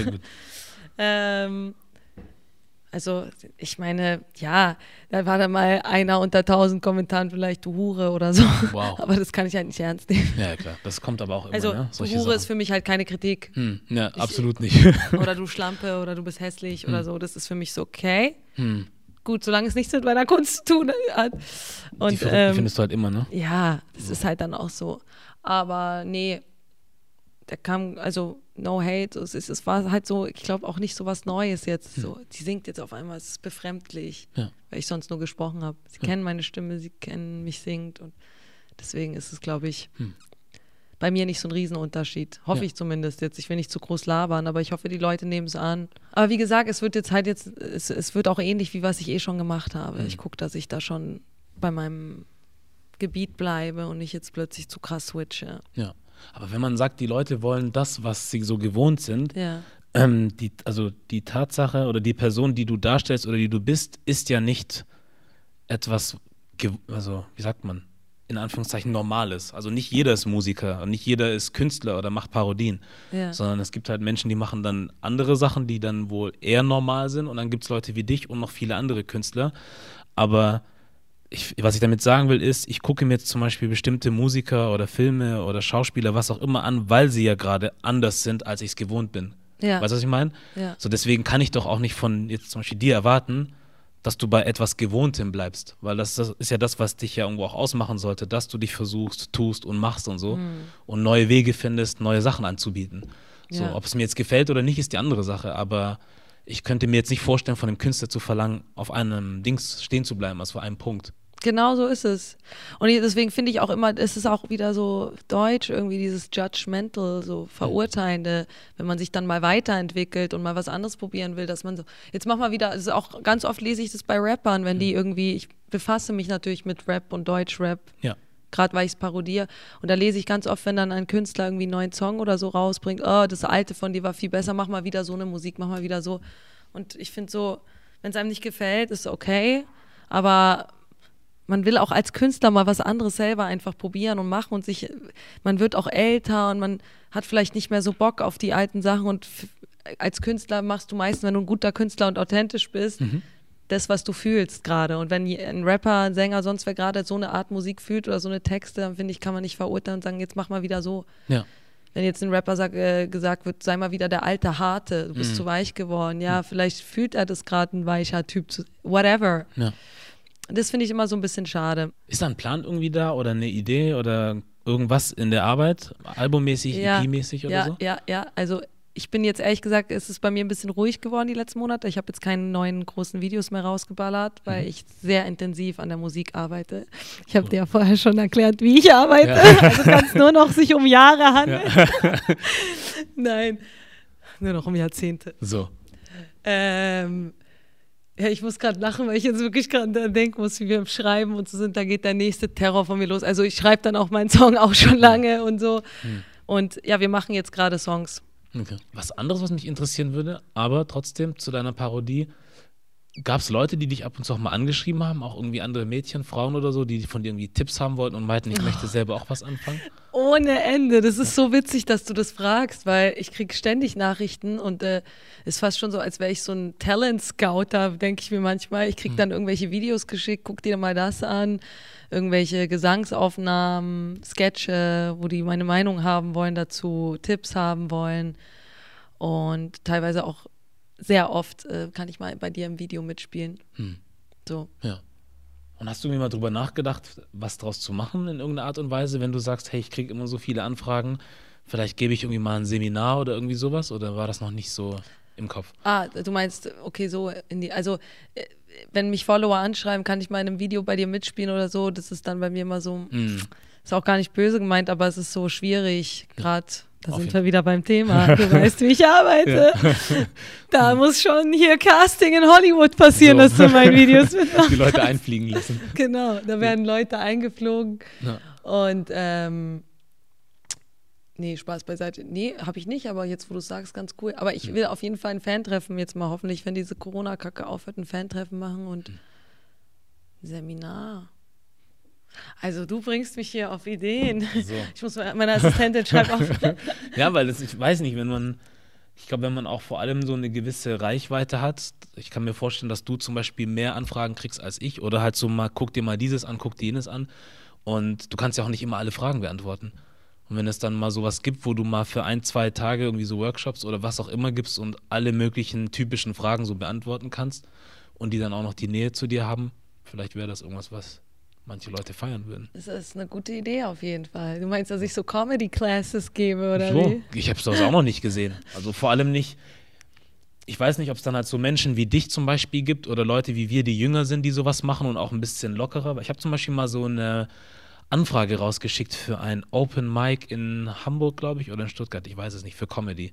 gut. Also ich meine, ja, da war da mal einer unter 1000 Kommentaren vielleicht, du Hure oder so. Wow. Aber das kann ich halt nicht ernst nehmen. Ja, klar, das kommt aber auch immer, also, ne? Solche Hure Sachen. Ist für mich halt keine Kritik. Ja, absolut nicht. Oder du Schlampe oder du bist hässlich oder so, das ist für mich so okay. Gut, solange es nichts mit meiner Kunst zu tun hat. Und, die findest du halt immer, ne? Ja, das ist halt dann auch so. Aber nee, der kam, also no hate, es war halt so, ich glaube auch nicht so was Neues jetzt. So, die singt jetzt auf einmal, es ist befremdlich, weil ich sonst nur gesprochen habe. Sie kennen meine Stimme, sie kennen mich singt und deswegen ist es, glaube ich, bei mir nicht so ein Riesenunterschied. Hoffe ich zumindest jetzt. Ich will nicht zu groß labern, aber ich hoffe, die Leute nehmen es an. Aber wie gesagt, es wird es wird auch ähnlich, wie was ich eh schon gemacht habe. Ich gucke, dass ich da schon bei meinem Gebiet bleibe und nicht jetzt plötzlich zu krass switche. Ja. Aber wenn man sagt, die Leute wollen das, was sie so gewohnt sind, die Tatsache oder die Person, die du darstellst oder die du bist, ist ja nicht etwas, also wie sagt man, in Anführungszeichen Normales. Also nicht jeder ist Musiker und nicht jeder ist Künstler oder macht Parodien, sondern es gibt halt Menschen, die machen dann andere Sachen, die dann wohl eher normal sind und dann gibt es Leute wie dich und noch viele andere Künstler. Aber was ich damit sagen will, ist, ich gucke mir jetzt zum Beispiel bestimmte Musiker oder Filme oder Schauspieler, was auch immer an, weil sie ja gerade anders sind, als ich es gewohnt bin. Ja. Weißt du, was ich meine? Ja. So, deswegen kann ich doch auch nicht von jetzt zum Beispiel dir erwarten, dass du bei etwas Gewohntem bleibst. Weil das ist ja das, was dich ja irgendwo auch ausmachen sollte, dass du dich versuchst, tust und machst und so und neue Wege findest, neue Sachen anzubieten. So, ob es mir jetzt gefällt oder nicht, ist die andere Sache, aber ich könnte mir jetzt nicht vorstellen, von dem Künstler zu verlangen, auf einem Dings stehen zu bleiben, also vor einem Punkt. Genau so ist es. Und deswegen finde ich auch immer, es ist auch wieder so deutsch, irgendwie dieses Judgmental, so Verurteilende, wenn man sich dann mal weiterentwickelt und mal was anderes probieren will, dass man so, jetzt mach mal wieder, also auch ganz oft lese ich das bei Rappern, wenn die irgendwie, ich befasse mich natürlich mit Rap und Deutschrap, gerade weil ich es parodiere und da lese ich ganz oft, wenn dann ein Künstler irgendwie einen neuen Song oder so rausbringt, oh, das alte von dir war viel besser, mach mal wieder so eine Musik, mach mal wieder so. Und ich finde so, wenn es einem nicht gefällt, ist okay, aber man will auch als Künstler mal was anderes selber einfach probieren und machen und man wird auch älter und man hat vielleicht nicht mehr so Bock auf die alten Sachen und als Künstler machst du meistens, wenn du ein guter Künstler und authentisch bist, das, was du fühlst gerade. Und wenn ein Rapper, ein Sänger, sonst wer gerade so eine Art Musik fühlt oder so eine Texte, dann finde ich, kann man nicht verurteilen und sagen, jetzt mach mal wieder so. Ja. Wenn jetzt ein Rapper gesagt wird, sei mal wieder der alte Harte, du bist zu weich geworden. Ja, vielleicht fühlt er das gerade ein weicher Typ, whatever. Ja. Das finde ich immer so ein bisschen schade. Ist da ein Plan irgendwie da oder eine Idee oder irgendwas in der Arbeit? Albummäßig, EP-mäßig oder so? Ja. Also ich bin jetzt ehrlich gesagt, es ist bei mir ein bisschen ruhig geworden die letzten Monate. Ich habe jetzt keine neuen großen Videos mehr rausgeballert, weil ich sehr intensiv an der Musik arbeite. Ich habe dir ja vorher schon erklärt, wie ich arbeite. Ja. Also kann es nur noch sich um Jahre handeln. Ja. Nein, nur noch um Jahrzehnte. So. Ja, ich muss gerade lachen, weil ich jetzt wirklich gerade denken muss, wie wir im Schreiben und so sind, da geht der nächste Terror von mir los. Also ich schreibe dann auch meinen Song auch schon lange und so. Und ja, wir machen jetzt gerade Songs. Okay. Was anderes, was mich interessieren würde, aber trotzdem zu deiner Parodie, Gab es Leute, die dich ab und zu auch mal angeschrieben haben, auch irgendwie andere Mädchen, Frauen oder so, die von dir irgendwie Tipps haben wollten und meinten, ich möchte selber auch was anfangen? Ohne Ende. Das ist so witzig, dass du das fragst, weil ich kriege ständig Nachrichten und ist fast schon so, als wäre ich so ein Talent-Scout, da denke ich mir manchmal. Ich kriege dann irgendwelche Videos geschickt, guck dir mal das an, irgendwelche Gesangsaufnahmen, Sketche, wo die meine Meinung haben wollen dazu, Tipps haben wollen und teilweise auch sehr oft kann ich mal bei dir im Video mitspielen. So. Ja. Und hast du mir mal drüber nachgedacht, was draus zu machen in irgendeiner Art und Weise, wenn du sagst, hey, ich kriege immer so viele Anfragen, vielleicht gebe ich irgendwie mal ein Seminar oder irgendwie sowas, oder war das noch nicht so im Kopf? Du meinst, okay, so also wenn mich Follower anschreiben, kann ich mal in einem Video bei dir mitspielen oder so, das ist dann bei mir immer so, ist auch gar nicht böse gemeint, aber es ist so schwierig, gerade. Da sind wir wieder beim Thema. Du weißt, wie ich arbeite. Ja. Da muss schon hier Casting in Hollywood passieren, dass du meine Videos mitmachst. Die Leute einfliegen lassen. Genau, da werden Leute eingeflogen. Ja. Und nee, Spaß beiseite. Nee, habe ich nicht, aber jetzt, wo du es sagst, ganz cool. Aber ich will auf jeden Fall ein Fan-Treffen jetzt mal hoffentlich, wenn diese Corona-Kacke aufhört, ein Fan-Treffen machen und ein Seminar. Also du bringst mich hier auf Ideen. So. Ich muss meine Assistentin schreiben auf. Ja, weil ich weiß nicht, ich glaube, wenn man auch vor allem so eine gewisse Reichweite hat, ich kann mir vorstellen, dass du zum Beispiel mehr Anfragen kriegst als ich oder halt so mal, guck dir mal dieses an, guck dir jenes an und du kannst ja auch nicht immer alle Fragen beantworten. Und wenn es dann mal sowas gibt, wo du mal für 1-2 Tage irgendwie so Workshops oder was auch immer gibst und alle möglichen typischen Fragen so beantworten kannst und die dann auch noch die Nähe zu dir haben, vielleicht wäre das irgendwas, was manche Leute feiern würden. Das ist eine gute Idee auf jeden Fall. Du meinst, dass ich so Comedy-Classes gebe, oder so, wie? Ich habe sowas auch noch nicht gesehen. Also vor allem nicht, ich weiß nicht, ob es dann halt so Menschen wie dich zum Beispiel gibt oder Leute wie wir, die jünger sind, die sowas machen und auch ein bisschen lockerer. Aber ich habe zum Beispiel mal so eine Anfrage rausgeschickt für ein Open Mic in Hamburg, glaube ich, oder in Stuttgart, ich weiß es nicht, für Comedy.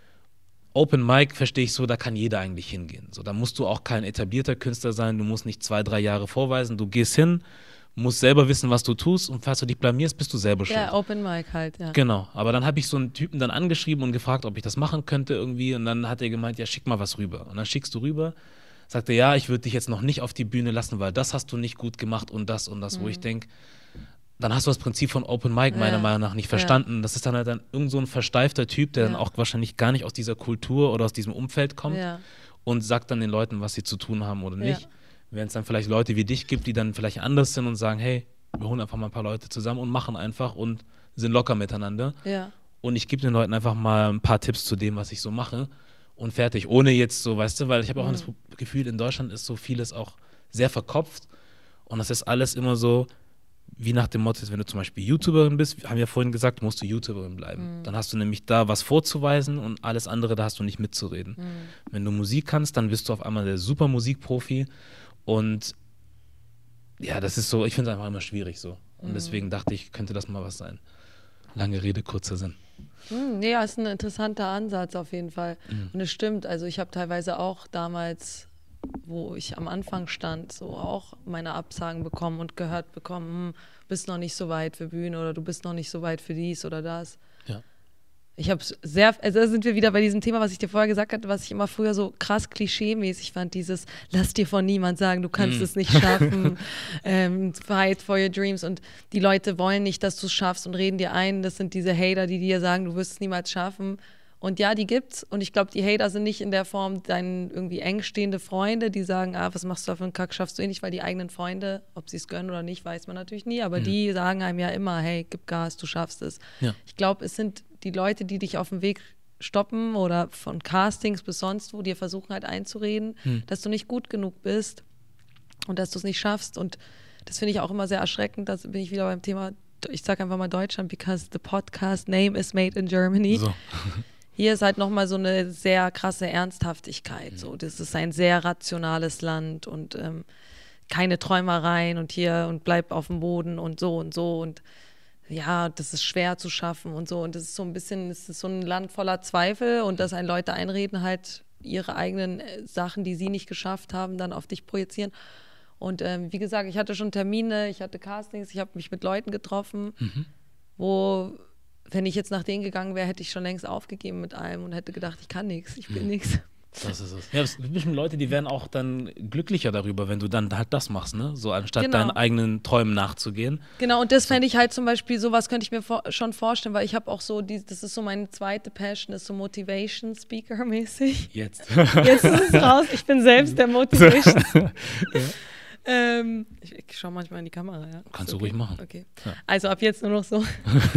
Open Mic verstehe ich so, da kann jeder eigentlich hingehen. So, da musst du auch kein etablierter Künstler sein, du musst nicht 2-3 Jahre vorweisen, du gehst hin, musst selber wissen, was du tust und falls du dich blamierst, bist du selber schuld. Ja, Open Mic halt, ja. Genau, aber dann habe ich so einen Typen dann angeschrieben und gefragt, ob ich das machen könnte irgendwie und dann hat er gemeint, ja, schick mal was rüber. Und dann schickst du rüber, sagt er, ja, ich würde dich jetzt noch nicht auf die Bühne lassen, weil das hast du nicht gut gemacht und das, wo ich denke, dann hast du das Prinzip von Open Mic meiner Meinung nach nicht verstanden. Das ist dann halt irgend so ein versteifter Typ, der dann auch wahrscheinlich gar nicht aus dieser Kultur oder aus diesem Umfeld kommt und sagt dann den Leuten, was sie zu tun haben oder nicht. Während es dann vielleicht Leute wie dich gibt, die dann vielleicht anders sind und sagen, hey, wir holen einfach mal ein paar Leute zusammen und machen einfach und sind locker miteinander. Ja. Und ich gebe den Leuten einfach mal ein paar Tipps zu dem, was ich so mache und fertig. Ohne jetzt so, weißt du, weil ich habe auch das Gefühl, in Deutschland ist so vieles auch sehr verkopft und das ist alles immer so, wie nach dem Motto, wenn du zum Beispiel YouTuberin bist, haben wir ja vorhin gesagt, musst du YouTuberin bleiben. Dann hast du nämlich da was vorzuweisen und alles andere, da hast du nicht mitzureden. Wenn du Musik kannst, dann bist du auf einmal der super Musikprofi und ja, das ist so, ich finde es einfach immer schwierig so. Und deswegen dachte ich, könnte das mal was sein. Lange Rede, kurzer Sinn. Ja, ist ein interessanter Ansatz auf jeden Fall. Und es stimmt, also ich habe teilweise auch damals, wo ich am Anfang stand, so auch meine Absagen bekommen und gehört bekommen, bist noch nicht so weit für Bühne oder du bist noch nicht so weit für dies oder das. Ja. Ich habe also da sind wir wieder bei diesem Thema, was ich dir vorher gesagt hatte, was ich immer früher so krass klischee-mäßig fand, dieses, lass dir von niemand sagen, du kannst es nicht schaffen, fight for your dreams und die Leute wollen nicht, dass du es schaffst und reden dir ein, das sind diese Hater, die dir sagen, du wirst es niemals schaffen. Und ja, die gibt's. Und ich glaube, die Hater sind nicht in der Form deine irgendwie eng stehende Freunde, die sagen, was machst du da für einen Kack, schaffst du eh nicht, weil die eigenen Freunde, ob sie es gönnen oder nicht, weiß man natürlich nie, aber die sagen einem ja immer, hey, gib Gas, du schaffst es. Ja. Ich glaube, es sind die Leute, die dich auf dem Weg stoppen oder von Castings bis sonst wo, dir versuchen halt einzureden, dass du nicht gut genug bist und dass du es nicht schaffst. Und das finde ich auch immer sehr erschreckend. Da bin ich wieder beim Thema, ich sage einfach mal Deutschland, because the podcast name is made in Germany. So. Hier ist halt nochmal so eine sehr krasse Ernsthaftigkeit. So. Das ist ein sehr rationales Land und keine Träumereien und hier und bleib auf dem Boden und so und so. Und ja, das ist schwer zu schaffen und so. Und das ist so ein bisschen, es ist so ein Land voller Zweifel und dass einen Leute einreden, halt ihre eigenen Sachen, die sie nicht geschafft haben, dann auf dich projizieren. Und wie gesagt, ich hatte schon Termine, ich hatte Castings, ich habe mich mit Leuten getroffen, wo, wenn ich jetzt nach denen gegangen wäre, hätte ich schon längst aufgegeben mit allem und hätte gedacht, ich kann nichts, ich bin nichts. Das ist es. Ja, es gibt bestimmt Leute, die werden auch dann glücklicher darüber, wenn du dann halt das machst, ne? So anstatt deinen eigenen Träumen nachzugehen. Genau, und das fände ich halt zum Beispiel, sowas könnte ich mir schon vorstellen, weil ich habe auch so, das ist so meine zweite Passion, ist so Motivation Speaker mäßig. Jetzt ist es raus, ich bin selbst der Motivation. Ich schaue manchmal in die Kamera, ja. Kannst du ruhig machen. Okay. Ja. Also ab jetzt nur noch so.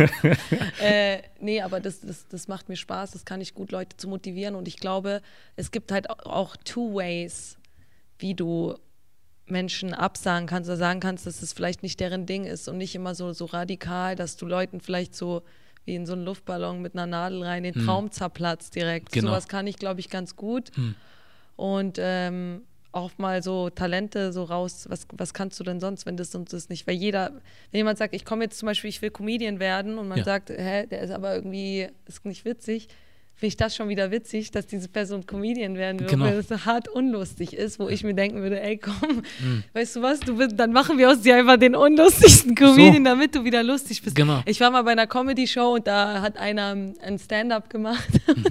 Nee, aber das macht mir Spaß, das kann ich gut, Leute zu motivieren und ich glaube, es gibt halt auch two ways, wie du Menschen absagen kannst oder sagen kannst, dass es vielleicht nicht deren Ding ist und nicht immer so radikal, dass du Leuten vielleicht so wie in so einen Luftballon mit einer Nadel rein den Traum zerplatzt direkt. Genau. Sowas kann ich, glaube ich, ganz gut. Und auch mal so Talente so raus, was kannst du denn sonst, wenn das und das nicht, weil wenn jemand sagt, ich komme jetzt zum Beispiel, ich will Comedian werden und man sagt, der ist aber irgendwie, ist nicht witzig, finde ich das schon wieder witzig, dass diese Person Comedian werden will, weil das so hart unlustig ist, wo ich mir denken würde, ey komm, weißt du was, dann machen wir aus dir einfach den unlustigsten Comedian, damit du wieder lustig bist. Genau. Ich war mal bei einer Comedy-Show und da hat einer ein Stand-up gemacht.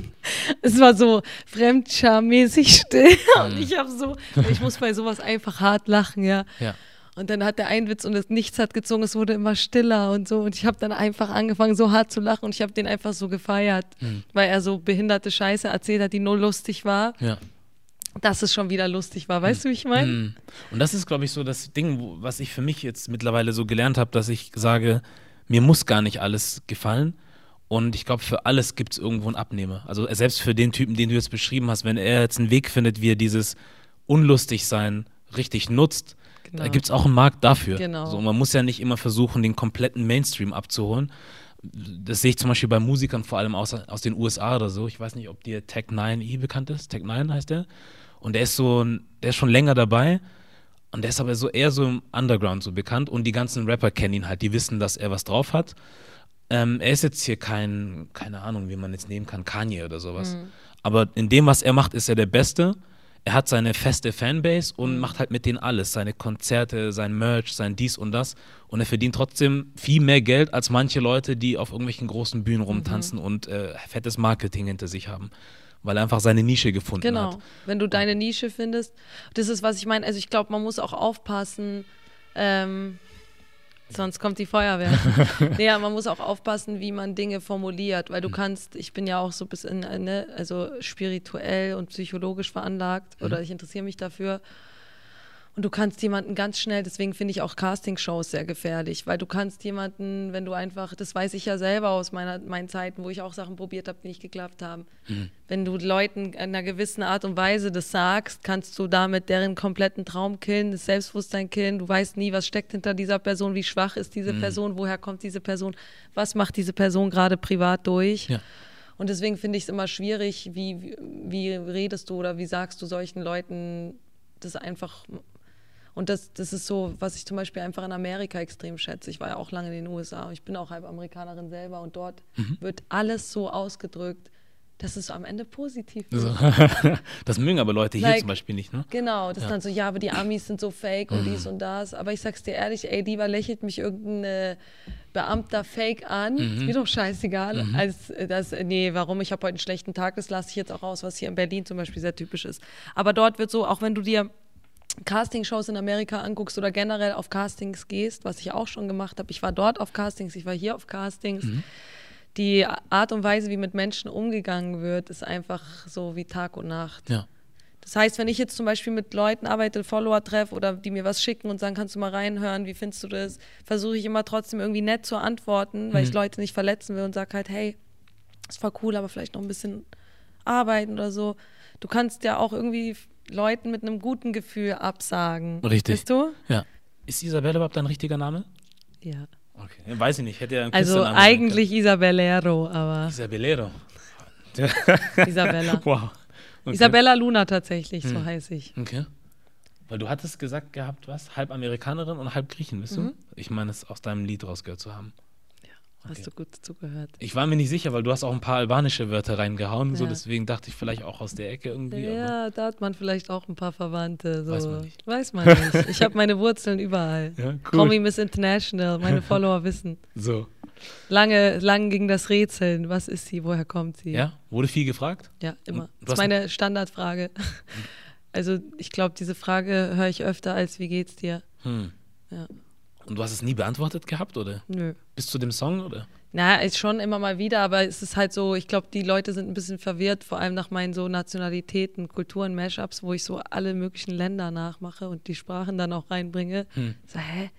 Es war so fremdschammäßig still und ich muss bei sowas einfach hart lachen, ja. Und dann hat der einen Witz und nichts hat gezogen, es wurde immer stiller und so. Und ich habe dann einfach angefangen, so hart zu lachen und ich habe den einfach so gefeiert, weil er so behinderte Scheiße erzählt hat, die nur lustig war. Ja. Dass es schon wieder lustig war, weißt du, wie ich meine? Und das ist, glaube ich, so das Ding, was ich für mich jetzt mittlerweile so gelernt habe, dass ich sage, mir muss gar nicht alles gefallen. Und ich glaube, für alles gibt es irgendwo einen Abnehmer. Also selbst für den Typen, den du jetzt beschrieben hast, wenn er jetzt einen Weg findet, wie er dieses Unlustigsein richtig nutzt, da gibt es auch einen Markt dafür. Genau. So, man muss ja nicht immer versuchen, den kompletten Mainstream abzuholen. Das sehe ich zum Beispiel bei Musikern, vor allem aus den USA oder so. Ich weiß nicht, ob dir Tech-9 bekannt ist. Tech-9 heißt der. Und der ist schon länger dabei. Und der ist aber eher so im Underground so bekannt. Und die ganzen Rapper kennen ihn halt. Die wissen, dass er was drauf hat. Er ist jetzt hier keine Ahnung, wie man jetzt nehmen kann, Kanye oder sowas. Aber in dem, was er macht, ist er der Beste. Er hat seine feste Fanbase und macht halt mit denen alles. Seine Konzerte, sein Merch, sein dies und das. Und er verdient trotzdem viel mehr Geld als manche Leute, die auf irgendwelchen großen Bühnen rumtanzen und fettes Marketing hinter sich haben. Weil er einfach seine Nische gefunden hat. Genau, wenn du deine Nische findest. Das ist, was ich meine. Also ich glaube, man muss auch aufpassen, sonst kommt die Feuerwehr. Ja, man muss auch aufpassen, wie man Dinge formuliert, weil du kannst, ich bin ja auch so ein bisschen also spirituell und psychologisch veranlagt oder ich interessiere mich dafür. Und du kannst jemanden ganz schnell, deswegen finde ich auch Castingshows sehr gefährlich, weil du kannst jemanden, wenn du einfach, das weiß ich ja selber aus meinen Zeiten, wo ich auch Sachen probiert habe, die nicht geklappt haben. Wenn du Leuten in einer gewissen Art und Weise das sagst, kannst du damit deren kompletten Traum killen, das Selbstbewusstsein killen. Du weißt nie, was steckt hinter dieser Person, wie schwach ist diese Person, woher kommt diese Person, was macht diese Person gerade privat durch. Ja. Und deswegen finde ich es immer schwierig, wie redest du oder wie sagst du solchen Leuten das einfach. Und das ist so, was ich zum Beispiel einfach in Amerika extrem schätze. Ich war ja auch lange in den USA. Ich bin auch halb Amerikanerin selber und dort wird alles so ausgedrückt, dass es am Ende positiv ist. Das mögen aber Leute hier zum Beispiel nicht, ne? Genau, das ist dann so, ja, aber die Amis sind so fake und dies und das. Aber ich sag's dir ehrlich, ey, lieber lächelt mich irgendein Beamter fake an, ist mir doch scheißegal, als warum, ich habe heute einen schlechten Tag, das lasse ich jetzt auch raus, was hier in Berlin zum Beispiel sehr typisch ist. Aber dort wird so, auch wenn du dir Castingshows in Amerika anguckst oder generell auf Castings gehst, was ich auch schon gemacht habe. Ich war dort auf Castings, ich war hier auf Castings. Die Art und Weise, wie mit Menschen umgegangen wird, ist einfach so wie Tag und Nacht. Ja. Das heißt, wenn ich jetzt zum Beispiel mit Leuten arbeite, Follower treffe oder die mir was schicken und sagen, kannst du mal reinhören, wie findest du das, versuche ich immer trotzdem irgendwie nett zu antworten, weil ich Leute nicht verletzen will und sage halt, hey, das war cool, aber vielleicht noch ein bisschen arbeiten oder so. Du kannst ja auch irgendwie Leuten mit einem guten Gefühl absagen. Richtig. Weißt du? Ja. Ist Isabelle überhaupt dein richtiger Name? Ja. Okay. Weiß ich nicht. Hätte ja einen Also eigentlich Isabellero, aber. Isabellero. Isabella. Wow. Okay. Isabella Luna tatsächlich, so heiße ich. Okay. Weil du hattest gesagt gehabt, was? Halb Amerikanerin und halb Griechen, bist du? Ich meine, es aus deinem Lied rausgehört zu haben. Hast du gut zugehört. Ich war mir nicht sicher, weil du hast auch ein paar albanische Wörter reingehauen, so deswegen dachte ich vielleicht auch aus der Ecke irgendwie. Ja, aber da hat man vielleicht auch ein paar Verwandte. So. Weiß man nicht. Ich habe meine Wurzeln überall. Ja, cool. Call me Miss International, meine Follower wissen. So. Lang ging das Rätseln. Was ist sie? Woher kommt sie? Ja? Wurde viel gefragt? Ja, immer. Das ist meine Standardfrage. Also ich glaube, diese Frage höre ich öfter als wie geht's dir? Ja. Und du hast es nie beantwortet gehabt, oder? Nö. Bis zu dem Song, oder? Na, ist schon immer mal wieder, aber es ist halt so, ich glaube, die Leute sind ein bisschen verwirrt, vor allem nach meinen so Nationalitäten, Kulturen, Mashups, wo ich so alle möglichen Länder nachmache und die Sprachen dann auch reinbringe. So,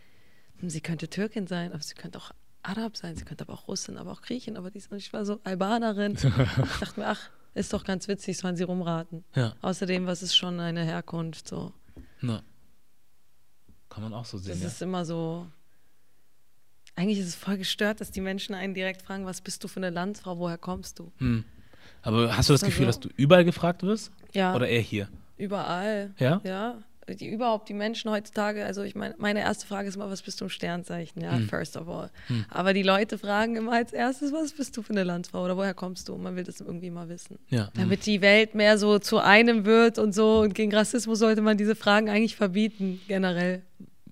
sie könnte Türkin sein, aber sie könnte auch Arab sein, sie könnte aber auch Russin, aber auch Griechin, aber ich war so Albanerin. Ich dachte mir, ach, ist doch ganz witzig, sollen sie rumraten. Ja. Außerdem, was ist schon eine Herkunft? So. Na. Kann man auch so sehen. Das ist immer so. Eigentlich ist es voll gestört, dass die Menschen einen direkt fragen, was bist du für eine Landsfrau, woher kommst du? Aber hast du das Gefühl, dass du überall gefragt wirst? Ja. Oder eher hier? Überall. Ja? Ja. Die Menschen heutzutage, also ich meine erste Frage ist immer, was bist du im Sternzeichen? Ja, first of all. Aber die Leute fragen immer als erstes, was bist du für eine Landsfrau oder woher kommst du? Und man will das irgendwie mal wissen. Ja. Damit die Welt mehr so zu einem wird und so. Und gegen Rassismus sollte man diese Fragen eigentlich verbieten, generell.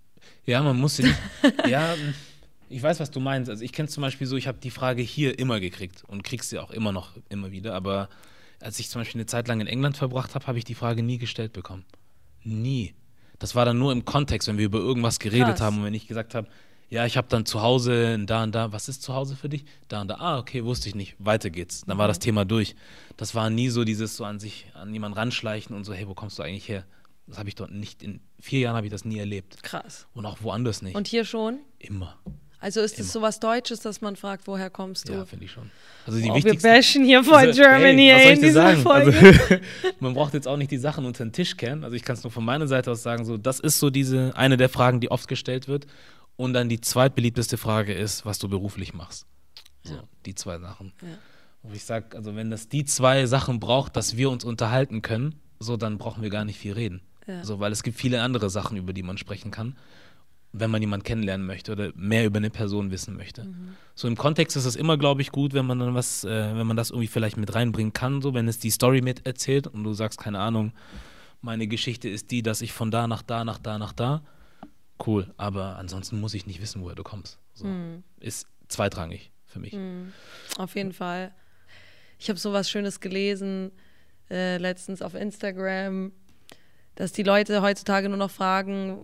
Ja, man muss sie nicht. Ja, ich weiß, was du meinst. Also ich kenne es zum Beispiel so, ich habe die Frage hier immer gekriegt und kriegst sie auch immer wieder. Aber als ich zum Beispiel eine Zeit lang in England verbracht habe, habe ich die Frage nie gestellt bekommen. Nie. Das war dann nur im Kontext, wenn wir über irgendwas geredet haben und wenn ich gesagt habe, ja, ich habe dann zu Hause da und da, was ist zu Hause für dich? Da und da, okay, wusste ich nicht, weiter geht's. Dann war das Thema durch. Das war nie so dieses so an jemanden ranschleichen und so, hey, wo kommst du eigentlich her? Das habe ich dort nicht, in 4 Jahren habe ich das nie erlebt. Krass. Und auch woanders nicht. Und hier schon? Immer. Also ist es sowas Deutsches, dass man fragt, woher kommst du? Ja, finde ich schon. Also die wir bashen hier voll Germany in dieser Folge. Also, man braucht jetzt auch nicht die Sachen unter den Tisch kennen. Also ich kann es nur von meiner Seite aus sagen, so, das ist so eine der Fragen, die oft gestellt wird. Und dann die zweitbeliebteste Frage ist, was du beruflich machst. So, die 2 Sachen. Ja. Wo ich sage, also wenn das die 2 Sachen braucht, dass wir uns unterhalten können, so, dann brauchen wir gar nicht viel reden. Ja. So, weil es gibt viele andere Sachen, über die man sprechen kann, wenn man jemanden kennenlernen möchte oder mehr über eine Person wissen möchte. So im Kontext ist es immer, glaube ich, gut, wenn man dann wenn man das irgendwie vielleicht mit reinbringen kann, so wenn es die Story mit erzählt und du sagst, keine Ahnung, meine Geschichte ist die, dass ich von da nach da, nach da, nach da. Cool, aber ansonsten muss ich nicht wissen, woher du kommst. So. Ist zweitrangig für mich. Auf jeden Fall. Ich habe sowas Schönes gelesen, letztens auf Instagram, dass die Leute heutzutage nur noch fragen,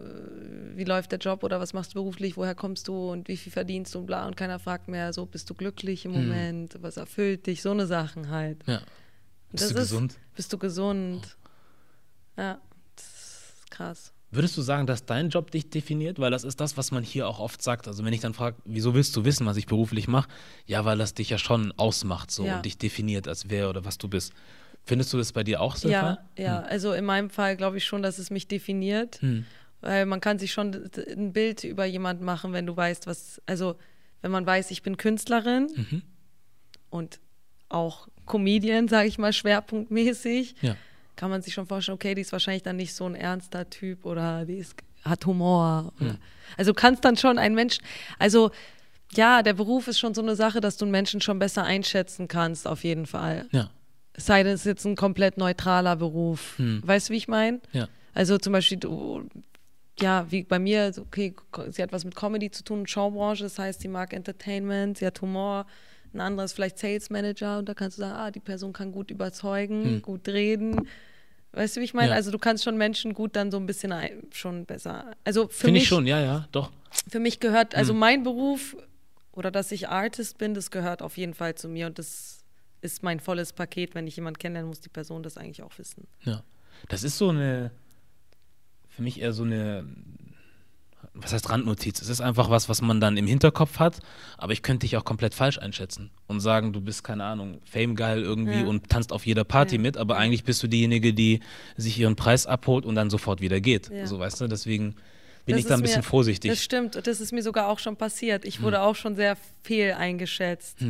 wie läuft der Job oder was machst du beruflich, woher kommst du und wie viel verdienst du und bla. Und keiner fragt mehr so, bist du glücklich im Moment, was erfüllt dich, so eine Sachen halt. Ja. Bist du gesund? Bist du gesund? Oh. Ja, das ist krass. Würdest du sagen, dass dein Job dich definiert? Weil das ist das, was man hier auch oft sagt. Also wenn ich dann frage, wieso willst du wissen, was ich beruflich mache? Ja, weil das dich ja schon ausmacht so und dich definiert, als wer oder was du bist. Findest du das bei dir auch so? Ja, also in meinem Fall glaube ich schon, dass es mich definiert, weil man kann sich schon ein Bild über jemanden machen, wenn du weißt, wenn man weiß, ich bin Künstlerin und auch Comedian, sage ich mal, schwerpunktmäßig, kann man sich schon vorstellen, okay, die ist wahrscheinlich dann nicht so ein ernster Typ oder hat Humor. Also du kannst dann schon einen Menschen, also ja, der Beruf ist schon so eine Sache, dass du einen Menschen schon besser einschätzen kannst, auf jeden Fall. Ja. Es sei denn, es ist jetzt ein komplett neutraler Beruf. Weißt du, wie ich meine? Ja. Also zum Beispiel, wie bei mir, okay, sie hat was mit Comedy zu tun, Showbranche, das heißt, sie mag Entertainment, sie hat Humor. Ein anderer ist vielleicht Sales Manager und da kannst du sagen, die Person kann gut überzeugen, gut reden. Weißt du, wie ich meine? Ja. Also du kannst schon Menschen gut dann so ein bisschen schon besser. Also finde ich schon, ja, doch. Für mich gehört, also mein Beruf oder dass ich Artist bin, das gehört auf jeden Fall zu mir und das ist mein volles Paket. Wenn ich jemanden kennenlernen muss, die Person das eigentlich auch wissen. Ja, das ist für mich eher so eine, was heißt Randnotiz? Es ist einfach was man dann im Hinterkopf hat, aber ich könnte dich auch komplett falsch einschätzen und sagen, du bist, keine Ahnung, Fame-geil irgendwie und tanzt auf jeder Party mit, aber eigentlich bist du diejenige, die sich ihren Preis abholt und dann sofort wieder geht. Ja. So, weißt du, deswegen bin ich da ein bisschen vorsichtig. Das stimmt, das ist mir sogar auch schon passiert. Ich wurde auch schon sehr fehl eingeschätzt.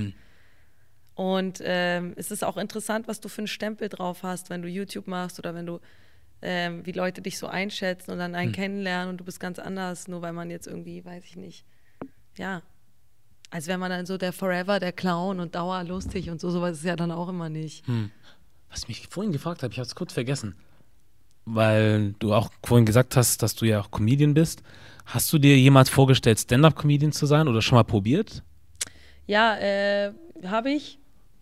Und es ist auch interessant, was du für einen Stempel drauf hast, wenn du YouTube machst oder wenn du, wie Leute dich so einschätzen und dann einen kennenlernen und du bist ganz anders, nur weil man jetzt irgendwie, weiß ich nicht, ja, als wäre man dann so der Forever, der Clown und dauerlustig und sowas ist ja dann auch immer nicht. Was ich mich vorhin gefragt habe, ich habe es kurz vergessen, weil du auch vorhin gesagt hast, dass du ja auch Comedian bist. Hast du dir jemals vorgestellt, Stand-Up-Comedian zu sein oder schon mal probiert? Ja, habe ich.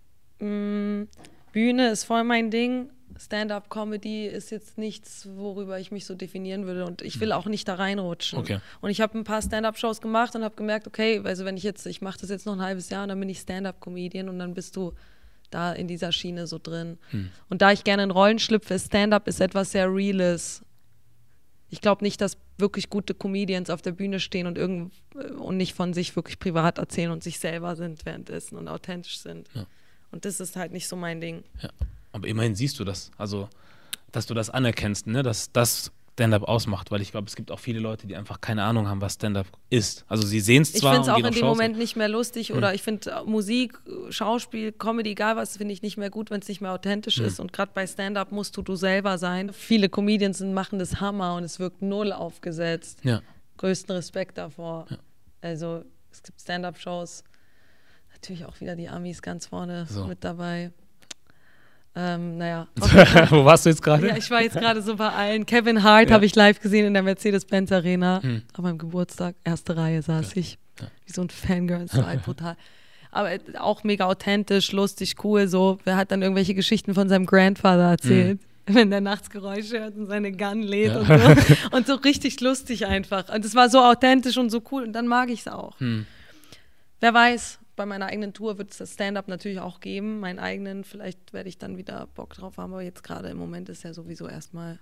Bühne ist voll mein Ding. Stand-up-Comedy ist jetzt nichts, worüber ich mich so definieren würde und ich will auch nicht da reinrutschen. Okay. Und ich habe ein paar Stand-up-Shows gemacht und habe gemerkt, okay, also ich mache das jetzt noch ein halbes Jahr und dann bin ich Stand-up-Comedian und dann bist du da in dieser Schiene so drin. Und da ich gerne in Rollen schlüpfe, Stand-up ist etwas sehr Reales. Ich glaube nicht, dass wirklich gute Comedians auf der Bühne stehen und nicht von sich wirklich privat erzählen und sich selber sind währenddessen und authentisch sind. Ja. Und das ist halt nicht so mein Ding. Ja. Aber immerhin siehst du das, also dass du das anerkennst, ne? Dass das Stand-up ausmacht, weil ich glaube, es gibt auch viele Leute, die einfach keine Ahnung haben, was Stand-up ist. Also sie sehen es zwar. Ich finde es auch in dem Moment nicht mehr lustig oder ich finde Musik, Schauspiel, Comedy, egal was, finde ich nicht mehr gut, wenn es nicht mehr authentisch ist und gerade bei Stand-up musst du selber sein. Viele Comedians machen das Hammer und es wirkt null aufgesetzt. Ja. Größten Respekt davor. Ja. Also es gibt Stand-up-Shows, natürlich auch wieder die Amis ganz vorne mit dabei. Naja. Okay. Wo warst du jetzt gerade? Ja, ich war jetzt gerade so bei allen. Kevin Hart habe ich live gesehen in der Mercedes-Benz Arena. An meinem Geburtstag, erste Reihe saß ich. Ja. Wie so ein Fangirl, das war halt brutal. Aber auch mega authentisch, lustig, cool. So. Wer hat dann irgendwelche Geschichten von seinem Grandfather erzählt? Wenn der nachts Geräusche hört und seine Gun lädt und so. Und so richtig lustig einfach. Und es war so authentisch und so cool. Und dann mag ich es auch. Wer weiß, bei meiner eigenen Tour wird es das Stand-up natürlich auch geben. Meinen eigenen, vielleicht werde ich dann wieder Bock drauf haben. Aber jetzt gerade im Moment ist ja sowieso erstmal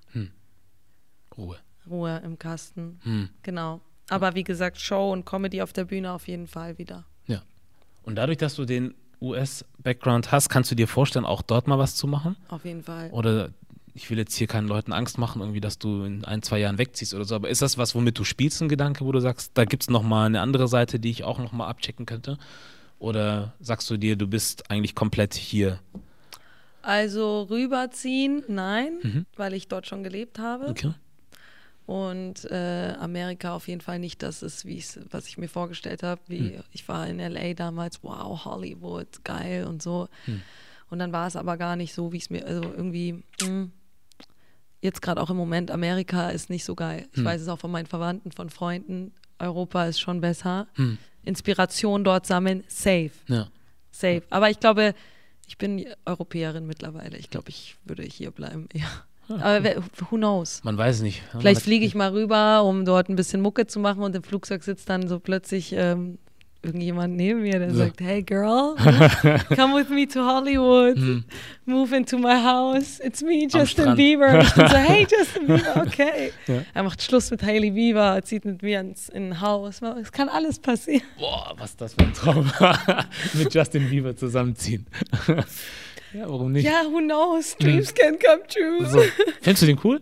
Ruhe im Kasten. Genau. Aber wie gesagt, Show und Comedy auf der Bühne auf jeden Fall wieder. Ja. Und dadurch, dass du den US-Background hast, kannst du dir vorstellen, auch dort mal was zu machen? Auf jeden Fall. Oder ich will jetzt hier keinen Leuten Angst machen, irgendwie, dass du in 1-2 Jahren wegziehst oder so. Aber ist das was, womit du spielst, ein Gedanke, wo du sagst, da gibt es nochmal eine andere Seite, die ich auch nochmal abchecken könnte? Oder sagst du dir, du bist eigentlich komplett hier? Also rüberziehen, nein, weil ich dort schon gelebt habe. Okay. Und Amerika auf jeden Fall nicht das ist, was ich mir vorgestellt habe. Ich war in L.A. damals, wow, Hollywood, geil und so. Und dann war es aber gar nicht so, wie es mir, also irgendwie, jetzt gerade auch im Moment, Amerika ist nicht so geil. Ich weiß es auch von meinen Verwandten, von Freunden, Europa ist schon besser. Inspiration dort sammeln, safe. Ja. Safe. Aber ich glaube, ich bin Europäerin mittlerweile. Ich glaube, ich würde hier bleiben. Ja. Aber who knows? Man weiß es nicht. Vielleicht fliege ich mal rüber, um dort ein bisschen Mucke zu machen und im Flugzeug sitzt dann so plötzlich irgendjemand neben mir, der sagt, hey girl, come with me to Hollywood, move into my house, it's me, Justin Bieber. Und ich bin so, hey Justin Bieber, okay. Ja. Er macht Schluss mit Hailey Bieber, zieht mit mir in ein Haus. Es kann alles passieren. Boah, was das für ein Traum war, mit Justin Bieber zusammenziehen. Ja, warum nicht? Ja, who knows? Dreams can come true. So. Findest du den cool?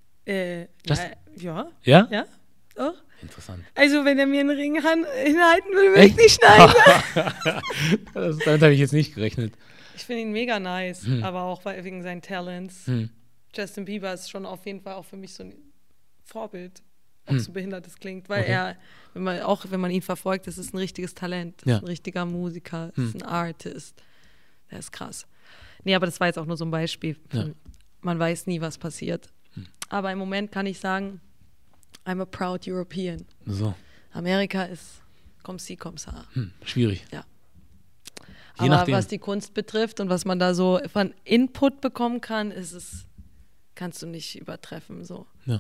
Ja. Ja? Ja, doch. Interessant. Also, wenn er mir einen Ring hinhalten will, würde ich nicht schneiden. Damit habe ich jetzt nicht gerechnet. Ich finde ihn mega nice, aber auch wegen seinen Talents. Justin Bieber ist schon auf jeden Fall auch für mich so ein Vorbild, auch so behindert es klingt, weil er, wenn man ihn verfolgt, das ist ein richtiges Talent, das ist ein richtiger Musiker, das ist ein Artist. Der ist krass. Nee, aber das war jetzt auch nur so ein Beispiel. Man weiß nie, was passiert. Aber im Moment kann ich sagen, I'm a proud European. So. Amerika ist comme ci, comme ça. Schwierig. Ja. Aber was die Kunst betrifft und was man da so von Input bekommen kann, kannst du nicht übertreffen. So. Ja.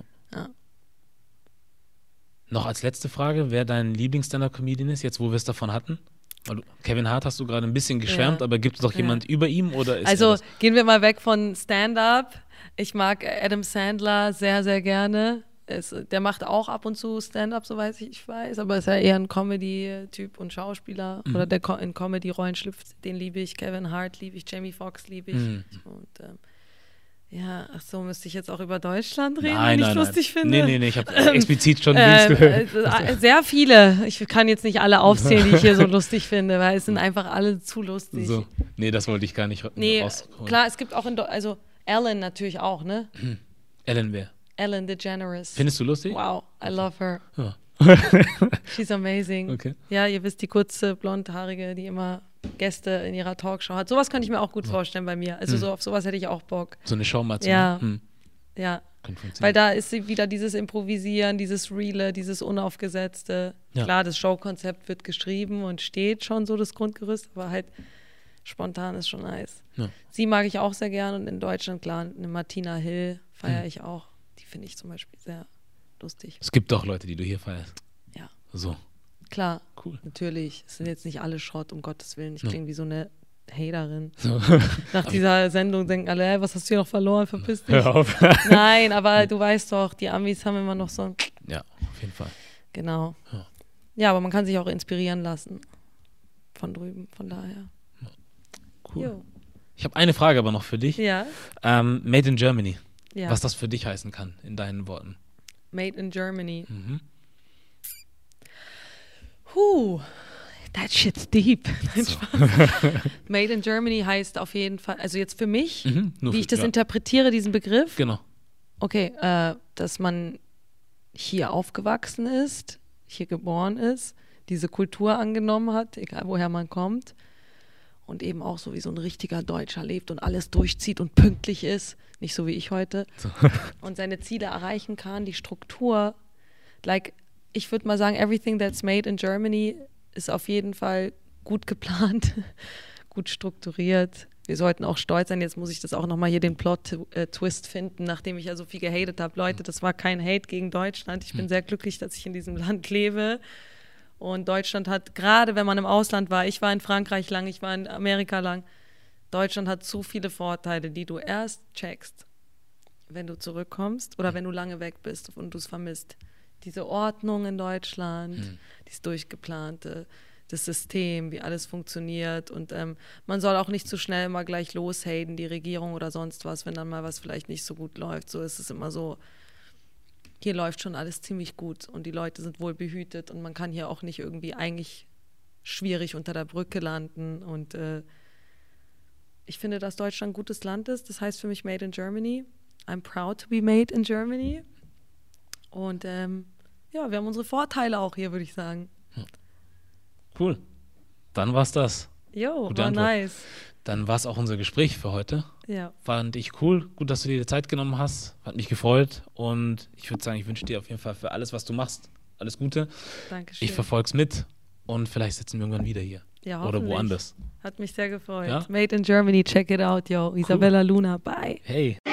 Noch als letzte Frage, wer dein Lieblings-Stand-Up-Comedian ist, jetzt wo wir es davon hatten? Kevin Hart hast du gerade ein bisschen geschwärmt, aber gibt es doch jemand über ihm? Oder ist also gehen wir mal weg von Stand-Up. Ich mag Adam Sandler sehr, sehr gerne. Der macht auch ab und zu Stand-up, soweit ich weiß, aber ist ja eher ein Comedy-Typ und Schauspieler oder der in Comedy-Rollen schlüpft, den liebe ich. Kevin Hart liebe ich, Jamie Foxx liebe ich. Und müsste ich jetzt auch über Deutschland reden, wenn ich lustig finde? Nee, ich habe explizit schon Dings gehört. Sehr viele. Ich kann jetzt nicht alle aufzählen, die ich hier so lustig finde, weil es sind einfach alle zu lustig. So. Nee, das wollte ich gar nicht rausholen. Klar, es gibt auch also Ellen natürlich auch, ne? Ellen wer? Ellen DeGeneres. Findest du lustig? Wow, I love her. Ja. She's amazing. Okay. Ja, ihr wisst, die kurze, blondhaarige, die immer Gäste in ihrer Talkshow hat. Sowas könnte ich mir auch gut vorstellen bei mir. Also auf sowas hätte ich auch Bock. So eine Showmatze. Ja. Ja. Weil da ist wieder dieses Improvisieren, dieses Reale, dieses Unaufgesetzte. Ja. Klar, das Showkonzept wird geschrieben und steht schon so das Grundgerüst, aber halt spontan ist schon nice. Ja. Sie mag ich auch sehr gern und in Deutschland, klar, eine Martina Hill feiere ich auch. Die finde ich zum Beispiel sehr lustig. Es gibt doch Leute, die du hier feierst. Ja. So. Klar, cool. Natürlich. Es sind jetzt nicht alle Schrott, um Gottes Willen. Ich klinge wie so eine Haterin. So. Nach dieser Sendung denken alle, hey, was hast du hier noch verloren? Verpiss dich. Hör auf. Nein, aber du weißt doch, die Amis haben immer noch so ein... Ja, auf jeden Fall. Genau. Ja, aber man kann sich auch inspirieren lassen. Von drüben, von daher. Cool. Jo. Ich habe eine Frage aber noch für dich. Ja. Made in Germany. Ja. Was das für dich heißen kann, in deinen Worten. Made in Germany. Mhm. That shit's deep. So. Made in Germany heißt auf jeden Fall, also jetzt für mich, wie ich das interpretiere, diesen Begriff. Genau. Okay, dass man hier aufgewachsen ist, hier geboren ist, diese Kultur angenommen hat, egal woher man kommt. Und eben auch so wie so ein richtiger Deutscher lebt und alles durchzieht und pünktlich ist. Nicht so wie ich heute. So. Und seine Ziele erreichen kann, die Struktur. Ich würde mal sagen, everything that's made in Germany ist auf jeden Fall gut geplant, gut strukturiert. Wir sollten auch stolz sein. Jetzt muss ich das auch nochmal hier den Plot-Twist finden, nachdem ich ja so viel gehatet habe. Leute, das war kein Hate gegen Deutschland. Ich bin sehr glücklich, dass ich in diesem Land lebe. Und Deutschland hat, gerade wenn man im Ausland war, ich war in Frankreich lang, ich war in Amerika lang, Deutschland hat so viele Vorteile, die du erst checkst, wenn du zurückkommst oder wenn du lange weg bist und du es vermisst. Diese Ordnung in Deutschland, dieses Durchgeplante, das System, wie alles funktioniert. Und man soll auch nicht zu schnell immer gleich loshaten, die Regierung oder sonst was, wenn dann mal was vielleicht nicht so gut läuft. So ist es immer so. Hier läuft schon alles ziemlich gut und die Leute sind wohl behütet und man kann hier auch nicht irgendwie eigentlich schwierig unter der Brücke landen. Und ich finde, dass Deutschland ein gutes Land ist. Das heißt für mich Made in Germany. I'm proud to be made in Germany. Und wir haben unsere Vorteile auch hier, würde ich sagen. Cool. Dann war's das. Jo, war Antwort. Nice. Dann war es auch unser Gespräch für heute. Ja. Fand ich cool. Gut, dass du dir die Zeit genommen hast. Hat mich gefreut. Und ich würde sagen, ich wünsche dir auf jeden Fall für alles, was du machst, alles Gute. Dankeschön. Ich verfolge es mit. Und vielleicht sitzen wir irgendwann wieder hier. Ja, oder woanders. Hat mich sehr gefreut. Ja? Made in Germany, check it out, yo. Isabella Luna, bye. Hey.